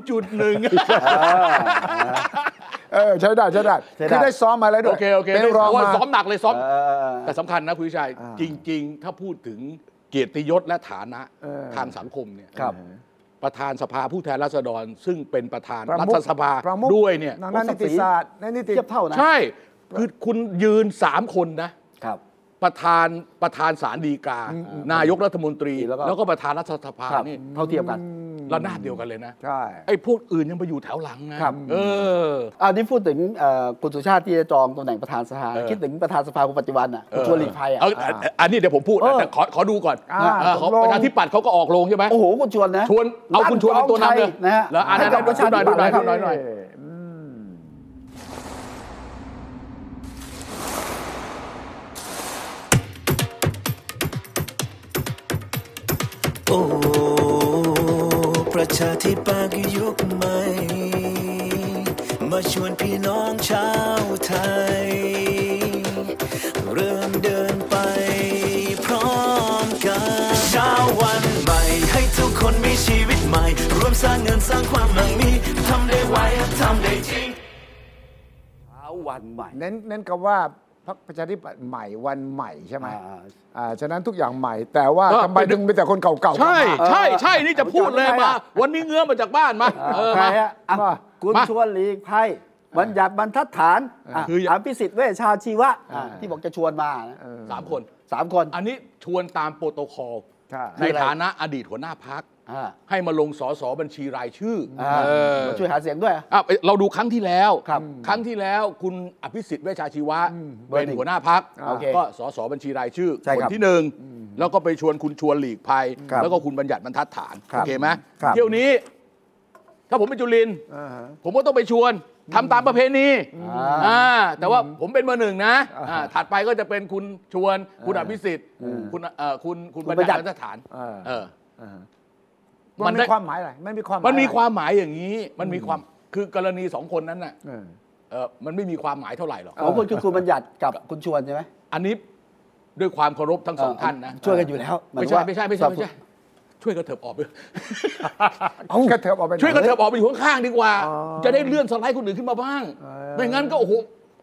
2.1 ใช่ได้คือได้ซ้อมมาแล้วด้วยโอเคได้ซ้อมหนักเลยซ้อมแต่สำคัญนะคุณชัยจริงๆถ้าพูดถึงเกียรติยศและฐานะทางสังคมเนี่ยประธานสภาผู้แทนราษฎรซึ่งเป็นประธานรัฐสภาด้วยเนี่ยนักนิติศาสตร์เทียบเท่านะใช่คือคุณยืน3 คนนะครับประธานศาลฎีกานายกรัฐมนตรีแล้วก็ประธานรัฐสภานี่เท่าเทียมกันระนาบเดียวกันเลยนะใช่ไอ้พวกอื่นยังไปอยู่แถวหลังนะครับนี่พูดถึงคุณสุชาติที่จะจองตำแหน่งประธานสภาคิดถึงประธานสภาคนปัจจุบันคุณชวนหลีกภัยอันนี้เดี๋ยวผมพูดแต่ขอดูก่อนประชาธิปัตย์เขาก็ออกโรงใช่ไหมโอ้โหคุณชวนนะเอาคุณชวนเป็นตัวนำเลยนะฮะแล้วอันนั้นดูหน่อยโอ้ประชาธิปัตย์ยุคใหม่มาชวนพี่น้องชาวไทยเริ่มเดินไปพร้อมกันเช้าวันใหม่ให้ทุกคนมีชีวิตใหม่ร่วมสร้างเงินสร้างความมั่งมีทำได้ไวทำได้จริงเช้าวันใหม่เน้นกับว่าพพรรคประชาธิปัตย์ใหม่วันใหม่ใช่ไหมฉะนั้นทุกอย่างใหม่แต่ว่าทำไมถึงมีแต่คนเก่าๆใช่นี่จะพูดเลยมาวันนี้เงื้อมาจากบ้านมาใครฮะคุณชวนหลีกภัยบัญญัติบรรทัดฐานคืออภิสิทธิ์เวชชาชีวะที่บอกจะชวนมา3 คนอันนี้ชวนตามโปรโตคอลในฐานะอดีตหัวหน้าพรรคให้มาลงสสบัญชีรายชื่อช่วยหาเสียงด้วยเราดูครั้งที่แล้วคุณอภิสิทธิ์เวชชาชีวะเป็นหัวหน้าพรรคก็สสบัญชีรายชื่อคนที่1แล้วก็ไปชวนคุณชวนหลีกภัยแล้วก็คุณบัญญัติบรรทัดฐานโอเคไหมเที่ยวนี้ถ้าผมเป็นจุลินทร์ผมก็ต้องไปชวนทำตามประเพณีแต่ว่าผมเป็นเบอร์ 1นะถัดไปก็จะเป็นคุณชวนคุณอภิสิทธิ์คุณบัญญัติบรรทัดฐานมันมีความหมายอะไรมันมีความหมายอย่างนี้มันมีความคือกรณี2 คนนั้นน่ะมันไม่มีความหมายเท่าไหร่หรอกคนคือคุณบัญญัติกับคุณชวนใช่ไหมอันนี้ด้วยความเคารพทั้ง2 ท่านนะช่วยกันอยู่แล้วไม่ใช่ช่วยกระเถิบออกไปกระเถิบออกไปช่วยกระเถิบออกไปอยู่ข้างๆดีกว่าจะได้เลื่อนสไลด์คนอื่นขึ้นมาบ้างไม่งั้นก็โอ้โห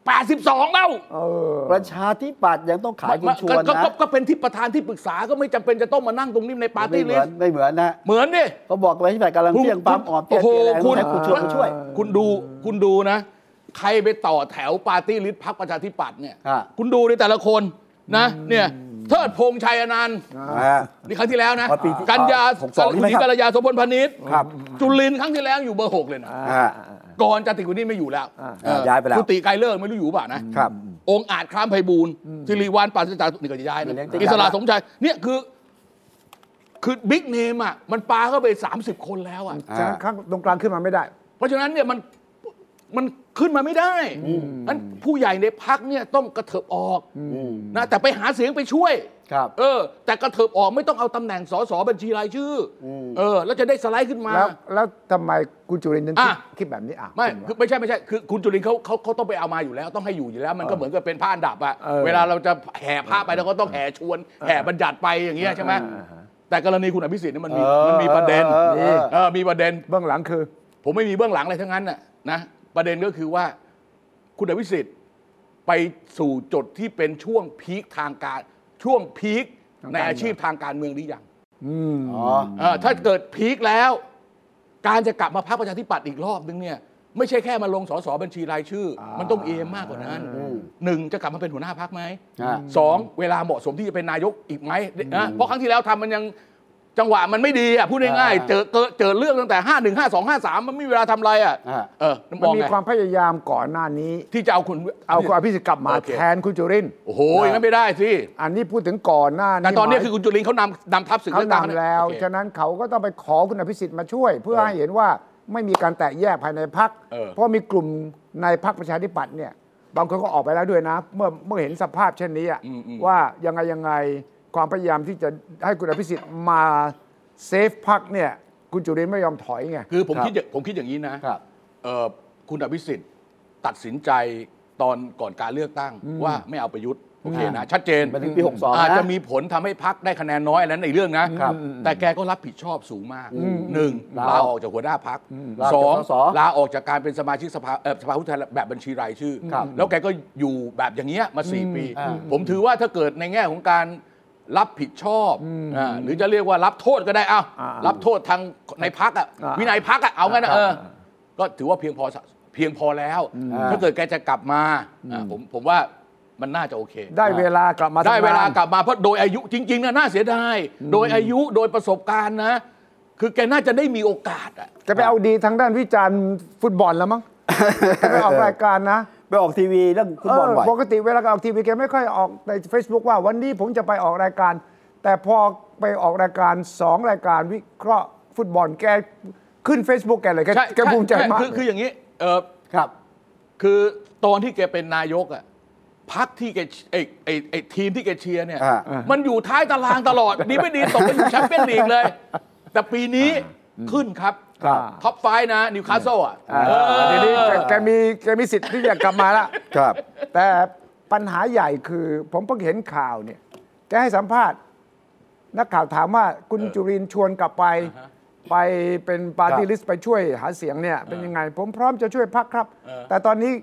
82แล้วประชาธิปัตย์ยังต้องขายคุณชวนนะก็เป็นที่ประธานที่ปรึกษาก็ไม่จำเป็นจะต้องมานั่งตรงนี้ในปาร์ตี้ลิสต์ไม่เหมือนนะเหมือนดิเขาบอกประชาธิปัตย์กำลังเที่ยงปั๊มอ่อนเตี้ยคุณชวนช่วยคุณดูนะใครไปต่อแถวปาร์ตี้ลิสต์พรรคประชาธิปัตย์เนี่ยคุณดูในแต่ละคนนะเนี่ยเทิดพงษ์ชัยอนันต์นี่ครั้งที่แล้วนะกัญญาศรีกัลยาโสพลพนิชจุลินทร์ครั้งที่แล้วอยู่เบอร์ 6เลยนะก่อนจติกวินิจไม่อยู่แล้วย้ายไปแล้วกุฏิไกรเลิกไม่รู้อยู่ป่ะนะองค์อาจครามไพบูลย์สิริวัลย์ปราศจากนี่ก็จะย้ายนะอิสระสมชัยเนี่ยคือบิ๊กเนมอ่ะมันปาเข้าไป30 คนแล้วอ่ะข้างตรงกลางขึ้นมาไม่ได้เพราะฉะนั้นเนี่ยมันขึ้นมาไม่ได้นั้นผู้ใหญ่ในพรรคเนี่ยต้องกระเถิบออกนะแต่ไปหาเสียงไปช่วยแต่กระเถิบออกไม่ต้องเอาตำแหน่งสสบัญชีรายชื่อแล้วจะได้สไลด์ขึ้นมาแล้วทำไมคุณจุลินทร์คิดแบบนี้ไม่ใช่คือคุณจุลินทร์เขาต้องไปเอามาอยู่แล้วต้องให้อยู่แล้วมันก็เหมือนกับเป็นผ้าอันดับอะเวลาเราจะแห่ผ้าไปแล้วก็ต้องแห่ชวนแห่บัญญัติไปอย่างเงี้ยใช่ไหมแต่กรณีคุณอภิสิทธิ์นี่มันมีประเด็นมีประเด็นเบื้องหลังคือผมไม่มีเบื้องหลังอะไรทั้งนั้นนะประเด็นก็คือว่าคุณอภิสิทธิ์ไปสู่จุดที่เป็นช่วงพีคทางการช่วงพีคในอาชีพทางการเมืองหรือยังถ้าเกิดพีคแล้วการจะกลับมาพรรคประชาธิปัตย์อีกรอบนึงเนี่ยไม่ใช่แค่มาลงสสบัญชีรายชื่อมันต้องเอมมากกว่านั้น1จะกลับมาเป็นหัวหน้าพรรคไหม2เวลาเหมาะสมที่จะเป็นนายกอีกไหมเพราะครั้งที่แล้วทำมันยังจังหวะมันไม่ดีอ่ะพูดง่ายๆเจอเรื่องตั้งแต่51 52 53มันไม่มีเวลาทำอะไรอ่ะมันมีความพยายามก่อนหน้านี้ที่จะเอาคุณอภิสิทธิ์กลับมาแทนคุณจุรินทร์โอ้โหงั้นไม่ได้สิอันนี้พูดถึงก่อนหน้านี้แต่ตอนนี้คือคุณจุรินทร์เขานำทัพศึกเขานำแล้วฉะนั้นเขาก็ต้องไปขอคุณอภิสิทธิ์มาช่วยเพื่อให้เห็นว่าไม่มีการแตกแยกภายในพรรคเพราะมีกลุ่มในพรรคประชาธิปัตย์เนี่ยบางคนก็ออกไปแล้วด้วยนะเมื่อเห็นสภาพเช่นนี้ว่ายังไงความพยายามที่จะให้คุณอภิสิทธิ์มาเซฟพรรคเนี่ยคุณจุรินทร์ไม่ยอมถอยไงคือผมคิดอย่างนี้นะคุณอภิสิทธิ์ตัดสินใจตอนก่อนการเลือกตั้งว่าไม่เอาประยุทธ์โอเคนะชัดเจนไปถึงปี62 อาจจะมีผลทำให้พรรคได้คะแนนน้อยอันนั้นในเรื่องนะแต่แกก็รับผิดชอบสูงมาก1ลาออกจากหัวหน้าพรรค2ลาออกจากการเป็นสมาชิกสภาผู้แทนแบบบัญชีรายชื่อแล้วแกก็อยู่แบบอย่างเงี้ยมา4 ปีผมถือว่าถ้าเกิดในแง่ของการรับผิดชอบหรือจะเรียกว่ารับโทษก็ได้รับโทษทางในพรรควินัยพรรคเอางั้นก็ถือว่าเพียงพอแล้วถ้าเกิดแกจะกลับมาผมว่ามันน่าจะโอเคได้เวลากลับมาเพราะโดยอายุจริงๆน่าเสียดายโดยอายุโดยประสบการณ์นะคือแกน่าจะได้มีโอกาสแกไปเอาดีทางด้านวิจารณ์ฟุตบอลแล้วมั้งไปออกรายการนะไปออกทีวีเรื่องฟุตบอลบ่อยปกติเวลาออกทีวีแกไม่ค่อยออกใน Facebook ว่าวันนี้ผมจะไปออกรายการแต่พอไปออกรายการ2 รายการวิเคราะห์ฟุตบอลแกขึ้น Facebook แกเลยแกภูมิใจมากคืออย่างนี้ครับคือตอนที่แกเป็นนายกพรรคที่แกไอ้ทีมที่แกเชียร์เนี่ยมันอยู่ท้ายตารางตลอดดีไม่ดีตกเป็นแชมเปี้ยนลีกเลยแต่ปีนี้ขึ้นครับท็อป5นะนิวคาสเซิลทีนี้แกมีสิทธิ์ที่จะกลับมาแล้วแต่ปัญหาใหญ่คือผมเพิ่งเห็นข่าวเนี่ยแกให้สัมภาษณ์นักข่าวถามว่าคุณจุรินทร์ชวนกลับไปเป็นปาร์ตี้ลิสต์ไปช่วยหาเสียงเนี่ยเป็นยังไงผมพร้อมจะช่วยพรรคครับแต่ตอนนี้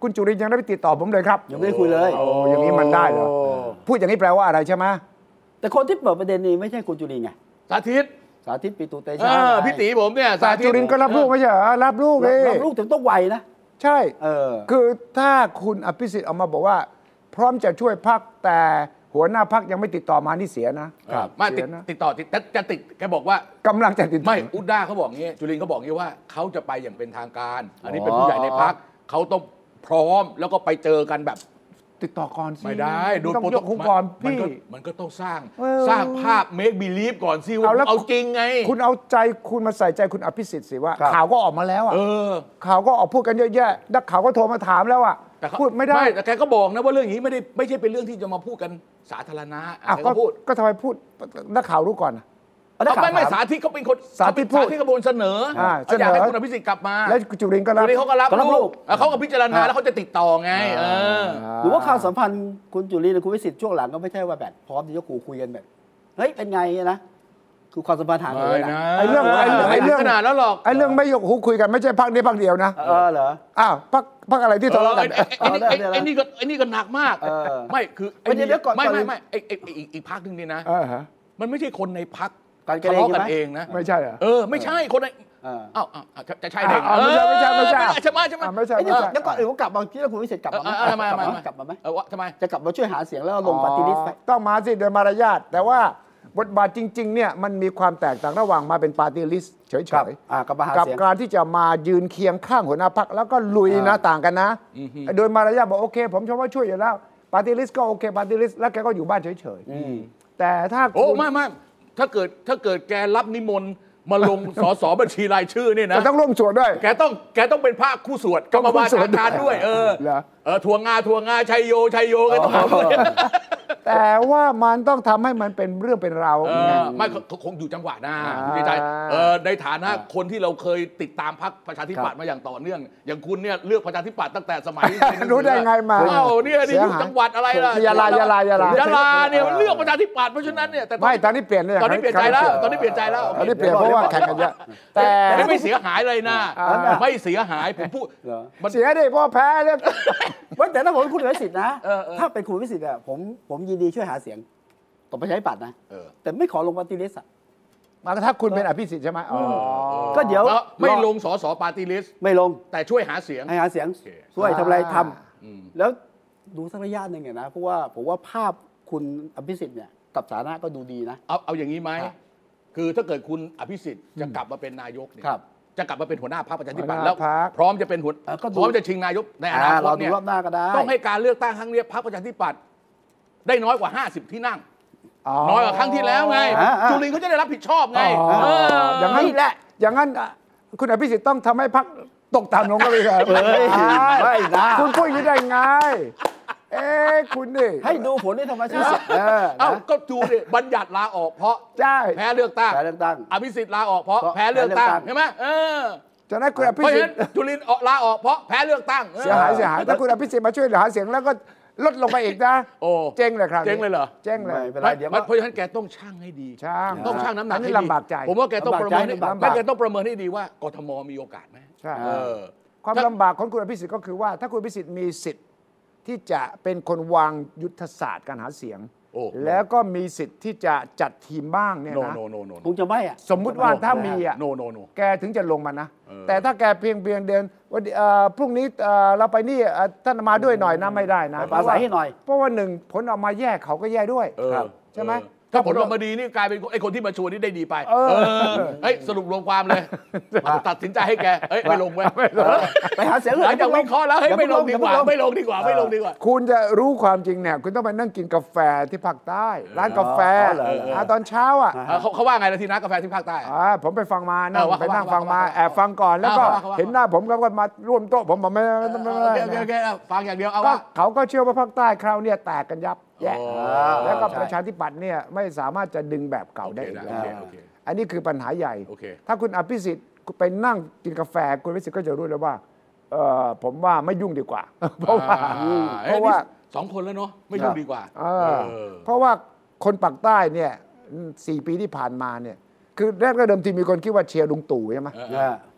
คุณจุรินทร์ยังได้ไปติดต่อผมเลยครับยังไม่ได้คุยเลยโอ้อย่างนี้มันได้เหรอพูดอย่างนี้แปลว่าอะไรใช่ไหมแต่คนที่เปิดประเด็นนี้ไม่ใช่คุณจุรินทร์ไงสาธิตสาธิตปิตุเตชะพี่ตีผมเนี่ยแต่จุรินทร์ก็รับลูกไม่ใช่เหรอรับลูกเลยรับลูกถึงต้องไวนะใช่คือถ้าคุณอภิสิทธิ์ออกมาบอกว่า พร้อมจะช่วยพรรคแต่หัวหน้าพรรคยังไม่ติดต่อมานี่เสียนะไม่ติดต่อจะติดแกบอกว่ากำลังจะติดต่อไม่อุดด้าเขาบอกงี้จุลินเขาบอกงี้ว่าเขาจะไปอย่างเป็นทางการ อันนี้เป็นผู้ใหญ่ในพรรคเขาต้องพร้อมแล้วก็ไปเจอกันแบบติดต่อก่อนสิไม่ได้โดนต้องโปรยโตกหูก่อนพี่มันก็ต้องสร้างเออสร้างภาพ make believe ก่อนสิว่าเอาจริงไงคุณเอาใจคุณมาใส่ใจคุณอภิสิทธิ์สิว่าครับข่าวก็ออกมาแล้วอ่ะข่าวก็ออกพูดกันเยอะแยะนักข่าวก็โทรมาถามแล้วอ่ะแต่เขาพูดไม่ได้แต่แกก็บอกนะว่าเรื่องนี้ไม่ใช่เป็นเรื่องที่จะมาพูดกันสาธารณะอ้าวแกก็พูดก็ทำไมพูดนักข่าวรู้ก่อนอะไม่สาธิตเขาเป็นคนสาธิตพูดสาธิตกระบวนเสนอเขาอยากให้คุณอภิสิทธิ์กลับมาแล้วจุรินทร์ก็รับจุลินเขาก็รับลูกเขาก็พิจารณาแล้วเขาจะติดต่อไงหรือว่าความสัมพันธ์คุณจุลินทร์กับคุณวิสิทธิ์ช่วงหลังก็ไม่ใช่ว่าแบบพร้อมที่จะคุยกันแบบเฮ้ยเป็นไงนะคือความสัมพันธ์ห่างเลยนะไอ้เรื่องขนาดแล้วหรอกไอ้เรื่องไม่ยกหูคุยกันไม่ใช่พรรคนี้พรรคเดียวนะเหรออ้าวพรรคอะไรที่ทะเลาะกันไอ้นี่ก็หนักมากไม่คือไม่อีกพรรคนึงนี่นะมันไม่ใช่คนในพรรคทะเลาะกันเองนะไม่ใช่เหรอไม่ใช่คนในจะใช่เด็กไม่ใช่ใช่ไหมไม่ใช่แล้วก่อนอื่นก็กลับมาที่คุณวิสิทธิ์กลับมาไหมกลับมาไหมทำไมจะกลับมาช่วยหาเสียงแล้วลงปฏิริษีต้องมาสิโดยมารยาทแต่ว่าบทบาทจริงๆเนี่ยมันมีความแตกต่างระหว่างมาเป็นปาร์ตี้ลิสต์เฉยๆกับการที่จะมายืนเคียงข้างหัวหน้าพรรคแล้วก็ลุยนะต่างกันนะโดยมารยาทบอกโอเคผมชมว่าช่วยอยู่แล้วปาร์ตี้ลิสต์ก็โอเคปาร์ตี้ลิสต์แล้วแกก็อยู่บ้านเฉยๆแต่ถ้าไม่ถ้าเกิดแกรับนิมนต์มาลงสสบัญชีรายชื่อนี่นะต้องร่วมสวดด้วยแกต้องเป็นพระคู่สวดกรรมบาลการด้วยทัวงาชัยโยแกต้องทำด้วยแต่ว่ามันต้องทำให้มันเป็นเรื่องเป็นราวไม่คงอยู่จังหวะนะในฐานะคนที่เราเคยติดตามพรรคประชาธิปัตย์มาอย่างต่อเนื่องอย่างคุณเนี่ยเลือกประชาธิปัตย์ตั้งแต่สมัยรู้ได้ไงมาเนี่ยอยู่จังหวัดอะไรล่ะยาลาเนี่ยมันเลือกประชาธิปัตย์เพราะฉะนั้นเนี่ยแต่ไม่ตอนนี้เปลี่ยนเลยตอนนี้เปลี่ยนใจแล้วตอนนี้เปลี่ยนใจแล้วตอนนี้เปลี่ยนเพราะว่าแข่งกันเยอะแต่ไม่เสียหายเลยนะไม่เสียหายผมพูดเสียดิเพราะแพ้เรื่องแต่ถ้าผมคุณวิสิทธิ์นะถ้าเป็นคุณวิสิทธิ์อ่ะผมยินดีช่วยหาเสียงต่อประชาธิปัตย์นะแต่ไม่ขอลงปฏิริษีมาถ้าคุณเป็นอภิสิทธิ์ใช่ไหมก็เดี๋ยวไม่ลงสสปาร์ตี้ลิสต์ไม่ลงแต่ช่วยหาเสียงให้หาเสียงช่วยทำอะไรทำแล้วดูสักระยะหนึ่งเนี่ยนะเพราะว่าผมว่าภาพคุณอภิสิทธิ์เนี่ยกับสาธารณะก็ดูดีนะเอาอย่างนี้ไหมคือถ้าเกิดคุณอภิสิทธิ์จะกลับมาเป็นนายกเนี่ยจะกลับมาเป็นหัวหน้าพรรคประชาธิปัตย์แล้วพร้อมจะเป็นพร้อมจะชิงนายกในอนาคตเนี่ยต้องให้การเลือกตั้งครั้งนี้พรรคประชาธิปัตย์ได้น้อยกว่า50ที่นั่งน้อยกว่าครั้งที่แล้วไงจุลินเขาจะได้รับผิดชอบไงอย่างนั้นแหละอย่างนั้นคุณอภิสิทธิ์ต้องทำให้พรรคตกต่ำลงก็เลยครับไม่ได้คุณพูดอย่างนี้ได้ไงคุณนี่ให้ดูผลในธรรมชาติก็ดูดิบัญญัติลาออกเพราะแพ้เลือกตั้งอภิสิทธิ์ลาออกเพราะแพ้เลือกตั้งใช่ไหมจะนั้นคุณอภิสิทธิ์จุลินลาออกเพราะแพ้เลือกตั้งเสียหายถ้าคุณอภิสิทธิ์มาช่วยหาเสียงแล้วก็ลดลงไปอีกนะเจ๊งเลยครับเจ๊งเลยเหรอเจ๊งเลยเพราะฉะนั้นแกต้องชั่งให้ดีต้องชั่งน้ำหนักให้ดีลำบากใจผมว่าแกต้องประเมินให้ดีว่ากทมมีโอกาสไหมใช่ความลำบากของคุณอภิสิทธิ์ก็คือว่าถ้าคุณอภิสิทธิ์มีสิทธิ์ที่จะเป็นคนวางยุทธศาสตร์การหาเสียงแล้วก็มีสิทธิ์ที่จะจัดทีมบ้างเนี่ยนะคงจะไม่สมมุติว่าถ้ามีแกถึงจะลงมานะแต่ถ้าแกเพียงเดินว่าพรุ่งนี้เราไปนี่ท่านมาด้วยหน่อยนะไม่ได้นะปราศัยให้หน่อยเพราะว่าหนึ่งผลออกมาแย่เขาก็แย่ด้วยใช่ไหมถ้าผลออกมาดีนี่กลายเป็นไอ้คนที่มาชวนนี่ได้ดีไปสรุปรวมความเลยตัดสินใจให้แกไม่ลงไปหาเสียงหลังจากวิเคราะห์แล้วไม่ลงดีกว่าไม่ลงดีกว่าคุณจะรู้ความจริงเนี่ยคุณต้องไปนั่งกินกาแฟที่ภาคใต้ร้านกาแฟตอนเช้าเขาว่าไงล่ะที่ร้านกาแฟที่ภาคใต้ผมไปฟังมาไปนั่งฟังมาแอบฟังก่อนแล้วก็เห็นหน้าผมก็มาร่วมโต๊ะผมบอกไม่ฟังอย่างเดียวเอาว่าเขาก็เชื่อว่าภาคใต้คราวนี้แตกกันยับแย่แล้วก็ประชาธิปัตย์เนี่ยไม่สามารถจะดึงแบบเก่าได้อีกแล้วอันนี้คือปัญหาใหญ่ถ้าคุณอภิสิทธิ์ไปนั่งกินกาแฟคุณอภิสิทธิ์ก็จะรู้แล้วว่าผมว่าไม่ยุ่งดีกว่าเพราะว่า 2 คนแล้วเนาะไม่ยุ่งดีกว่าเพราะว่าคนปากใต้เนี่ย4 ปีที่ผ่านมาเนี่ยคือแรกเดิมทีมีคนคิดว่าเชียร์ลุงตู่ใช่ไหม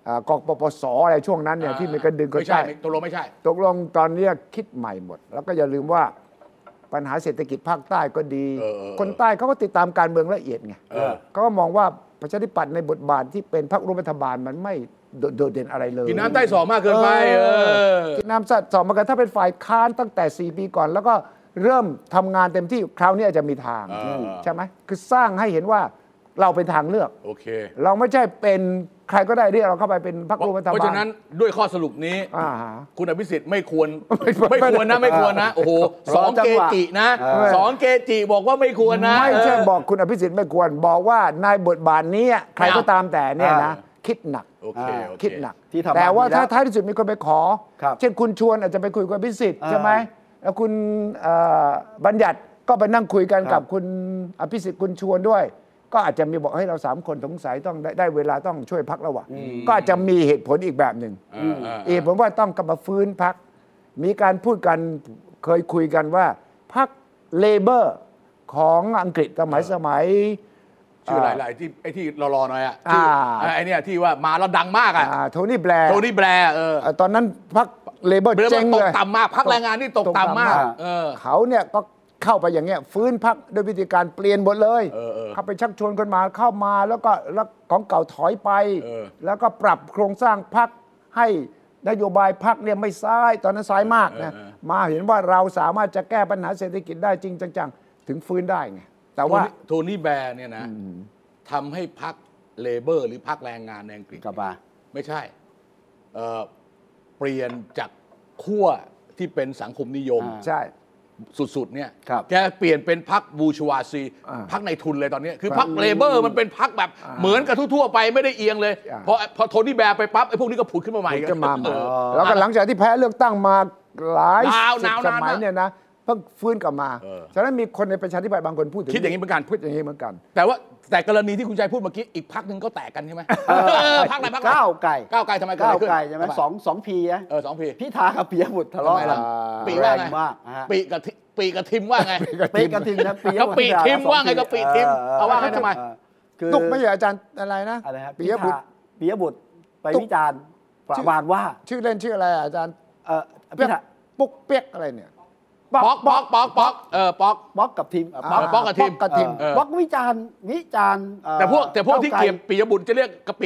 กปปสอะไรช่วงนั้นเนี่ยที่มีการดึงคนไม่ใช่ใต้ตกลงไม่ใช่ตกลงตอนนี้คิดใหม่หมด แล้วก็อย่าลืมว่าปัญหาเศรษฐกิจภาคใต้ก็ดี คนใต้เขาก็ติดตามการเมืองละเอียดไงเขาก็มองว่าประชาธิปัตย์ในบทบาทที่เป็นพรรคร่วมรัฐบาลมันไม่โดดเด่นอะไรเลยกินน้ำใต้ศอกมากเกินไปกินน้ำสอบมากันถ้าเป็นฝ่ายค้านตั้งแต่4 ปีก่อนแล้วก็เริ่มทำงานเต็มที่คราวนี้อาจจะมีทางใช่ไหมคือสร้างให้เห็นว่าเราเป็นทางเลือกโอเคเราไม่ใช่เป็นใครก็ได้เรียกเราเข้าไปเป็นพรรคร่วมรัฐบาลเพราะฉะนั้นด้วยข้อสรุปนี้คุณอภิสิทธิ์ไม่ควรนะโอ้โห2 เกจินะ2 เกจิบอกว่าไม่ควรนะไม่ใช่บอกคุณอภิสิทธิ์ไม่ควรบอกว่าในบทบาทนี้ใครก็ตามแต่เนี่ยนะคิดหนักคิดหนักแต่ว่าถ้าท้ายที่สุดมีคนไปขอเช่นคุณชวนอาจจะไปคุยกับอภิสิทธิ์ใช่ไหมแล้วคุณบัญญัติก็ไปนั่งคุยกันกับคุณอภิสิทธิ์คุณชวนด้วยก็อาจจะมีบอกให้เรา3 คนสงสัยต้องได้เวลาต้องช่วยพักแล้ววะก็อาจจะมีเหตุผลอีกแบบหนึ่งผมว่าต้องกลับมาฟื้นพักมีการพูดกันเคยคุยกันว่าพักเลเบอร์ของอังกฤษสมัยชื่อหลายที่ไอ้ที่รอหน่อยไอ้เนี่ยที่ว่ามาแล้วดังมากโทนี่แบร์ตอนนั้นพักเลเบอร์เจ๊งเลยตกต่ำมากพักแรงงานนี่ตกต่ำมากเขาเนี่ยก็เข้าไปอย่างเงี้ยฟื้นพักโดยวิธีการเปลี่ยนหมดเลยเขาไปชักชวนคนมาเข้ามาแล้วก็ของเก่าถอยไปแล้วก็ปรับโครงสร้างพักให้นโยบายพักเนี่ยไม่ซ้ายตอนนั้นซ้ายมากนะมาเห็นว่าเราสามารถจะแก้ปัญหาเศรษฐกิจได้จริงจังๆถึงฟื้นได้ไงแต่ว่าโทนี่แบร์เนี่ยนะทำให้พรรคเลเบอร์หรือพรรคแรงงานในอังกฤษไม่ใช่เปลี่ยนจากขั้วที่เป็นสังคมนิยมใช่สุดๆเนี่ยแกเปลี่ยนเป็นพรรคบูชวาซีพรรคในทุนเลยตอนนี้คือพรรคเลเบอร์มันเป็นพรรคแบบเหมือนกับทั่วๆไปไม่ได้เอียงเลยพอโทนี่แบร์ไปปั๊บไอ้พวกนี้ก็ผุดขึ้นมาใหม่แล้วก็หลังจากที่แพ้เลือกตั้งมาหลายสมัยเนี่ยนะเพิ่งฟื้นกลับมาฉะนั้นมีคนในประชาธิปัตย์บางคนพูดถึงคิดอย่างนี้เหมือนกันพูดอย่างนี้เหมือนกันแต่กรณีที่คุณชัยพูดเมื่อกี้อีกพรรคหนึ่งก็แตกกันใช่ไหมพรรคไหนพรรคก้าวไกลทำไมก้าวไกลใช่ไหม2 พีนะ 2 พีพิธากับปิยบุตรทะเลาะกันปีว่าไงปีกับทิมว่าไงปีกับทิมนะปีทิมว่าไงกับปีทิมเอาว่าไงทำไมตุกไม่ใช่อาจารย์อะไรนะปิยบุตรไปวิจารณ์ประมาณว่าชื่อเล่นชื่ออะไรอาจารย์พิธาปุ๊กเปียกอะไรเนี่ยป๊อกป๊อกกับทีมป๊อกกับทีมป๊อกวิจารณ์แต่พวกที่เกลียดปิยบุตรจะเรียกกะปิ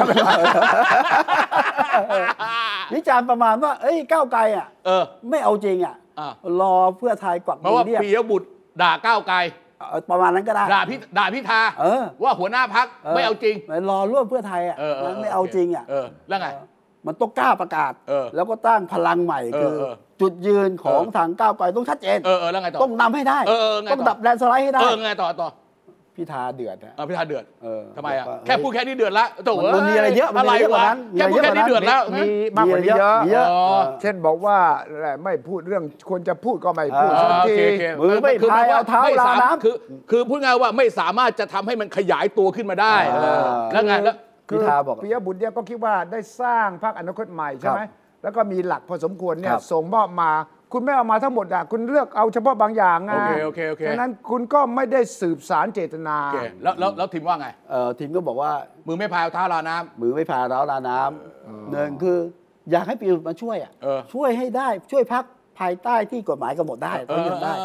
วิจารณ์ประมาณว่าก้าวไกลไม่เอาจริงรอเพื่อไทยกวักมือเรียกปิยบุตรด่าก้าวไกลประมาณนั้นก็ได้ด่าพิธาว่าหัวหน้าพรรคไม่เอาจริงรอร่วมเพื่อไทยไม่เอาจริงแล้วไงมันต้องกล้าประกาศแล้วก็ตั้งพลังใหม่คือจุดยืนของทางก้าวไกลต้องชัดเจนแล้วไงต่อต้องนำให้ได้ต้องดับแลนสไลด์ให้ได้ไงต่อพิธาเดือดพิธาเดือดทำไมแค่พูดแค่นี้เดือดแล้วมันมีอะไรเยอะอะไรกว่านั้นแค่พูดแค่นี้เดือดแล้วมีมากกว่านี้เยอะเช่นบอกว่าไม่พูดเรื่องควรจะพูดก็ไม่พูดสักทีมือไม่พายเอาเท้าลาน้ำคือพูดง่ายว่าไม่สามารถจะทำให้มันขยายตัวขึ้นมาได้แล้วไงแล้วพิธาบอกปิยบุตรเนี่ยก็คิดว่าได้สร้างพรรคอนาคตใหม่ใช่ไหมแล้วก็มีหลักพอสมควรเนี่ยส่งมอบมาคุณไม่เอามาทั้งหมดคุณเลือกเอาเฉพาะบางอย่างไงโอเคดังนั้นคุณก็ไม่ได้สืบสารเจตนาแล้วทีมว่าไงทีมก็บอกว่ามือไม่พายเอาเท้าลาน้ำมือไม่พายเอาเท้าลาน้ำหนึ่งคืออยากให้ปิยบุตรมาช่วยช่วยให้ได้ช่วยพรรคภายใต้ที่กฎหมายกำหนดได้ต้องยืนได้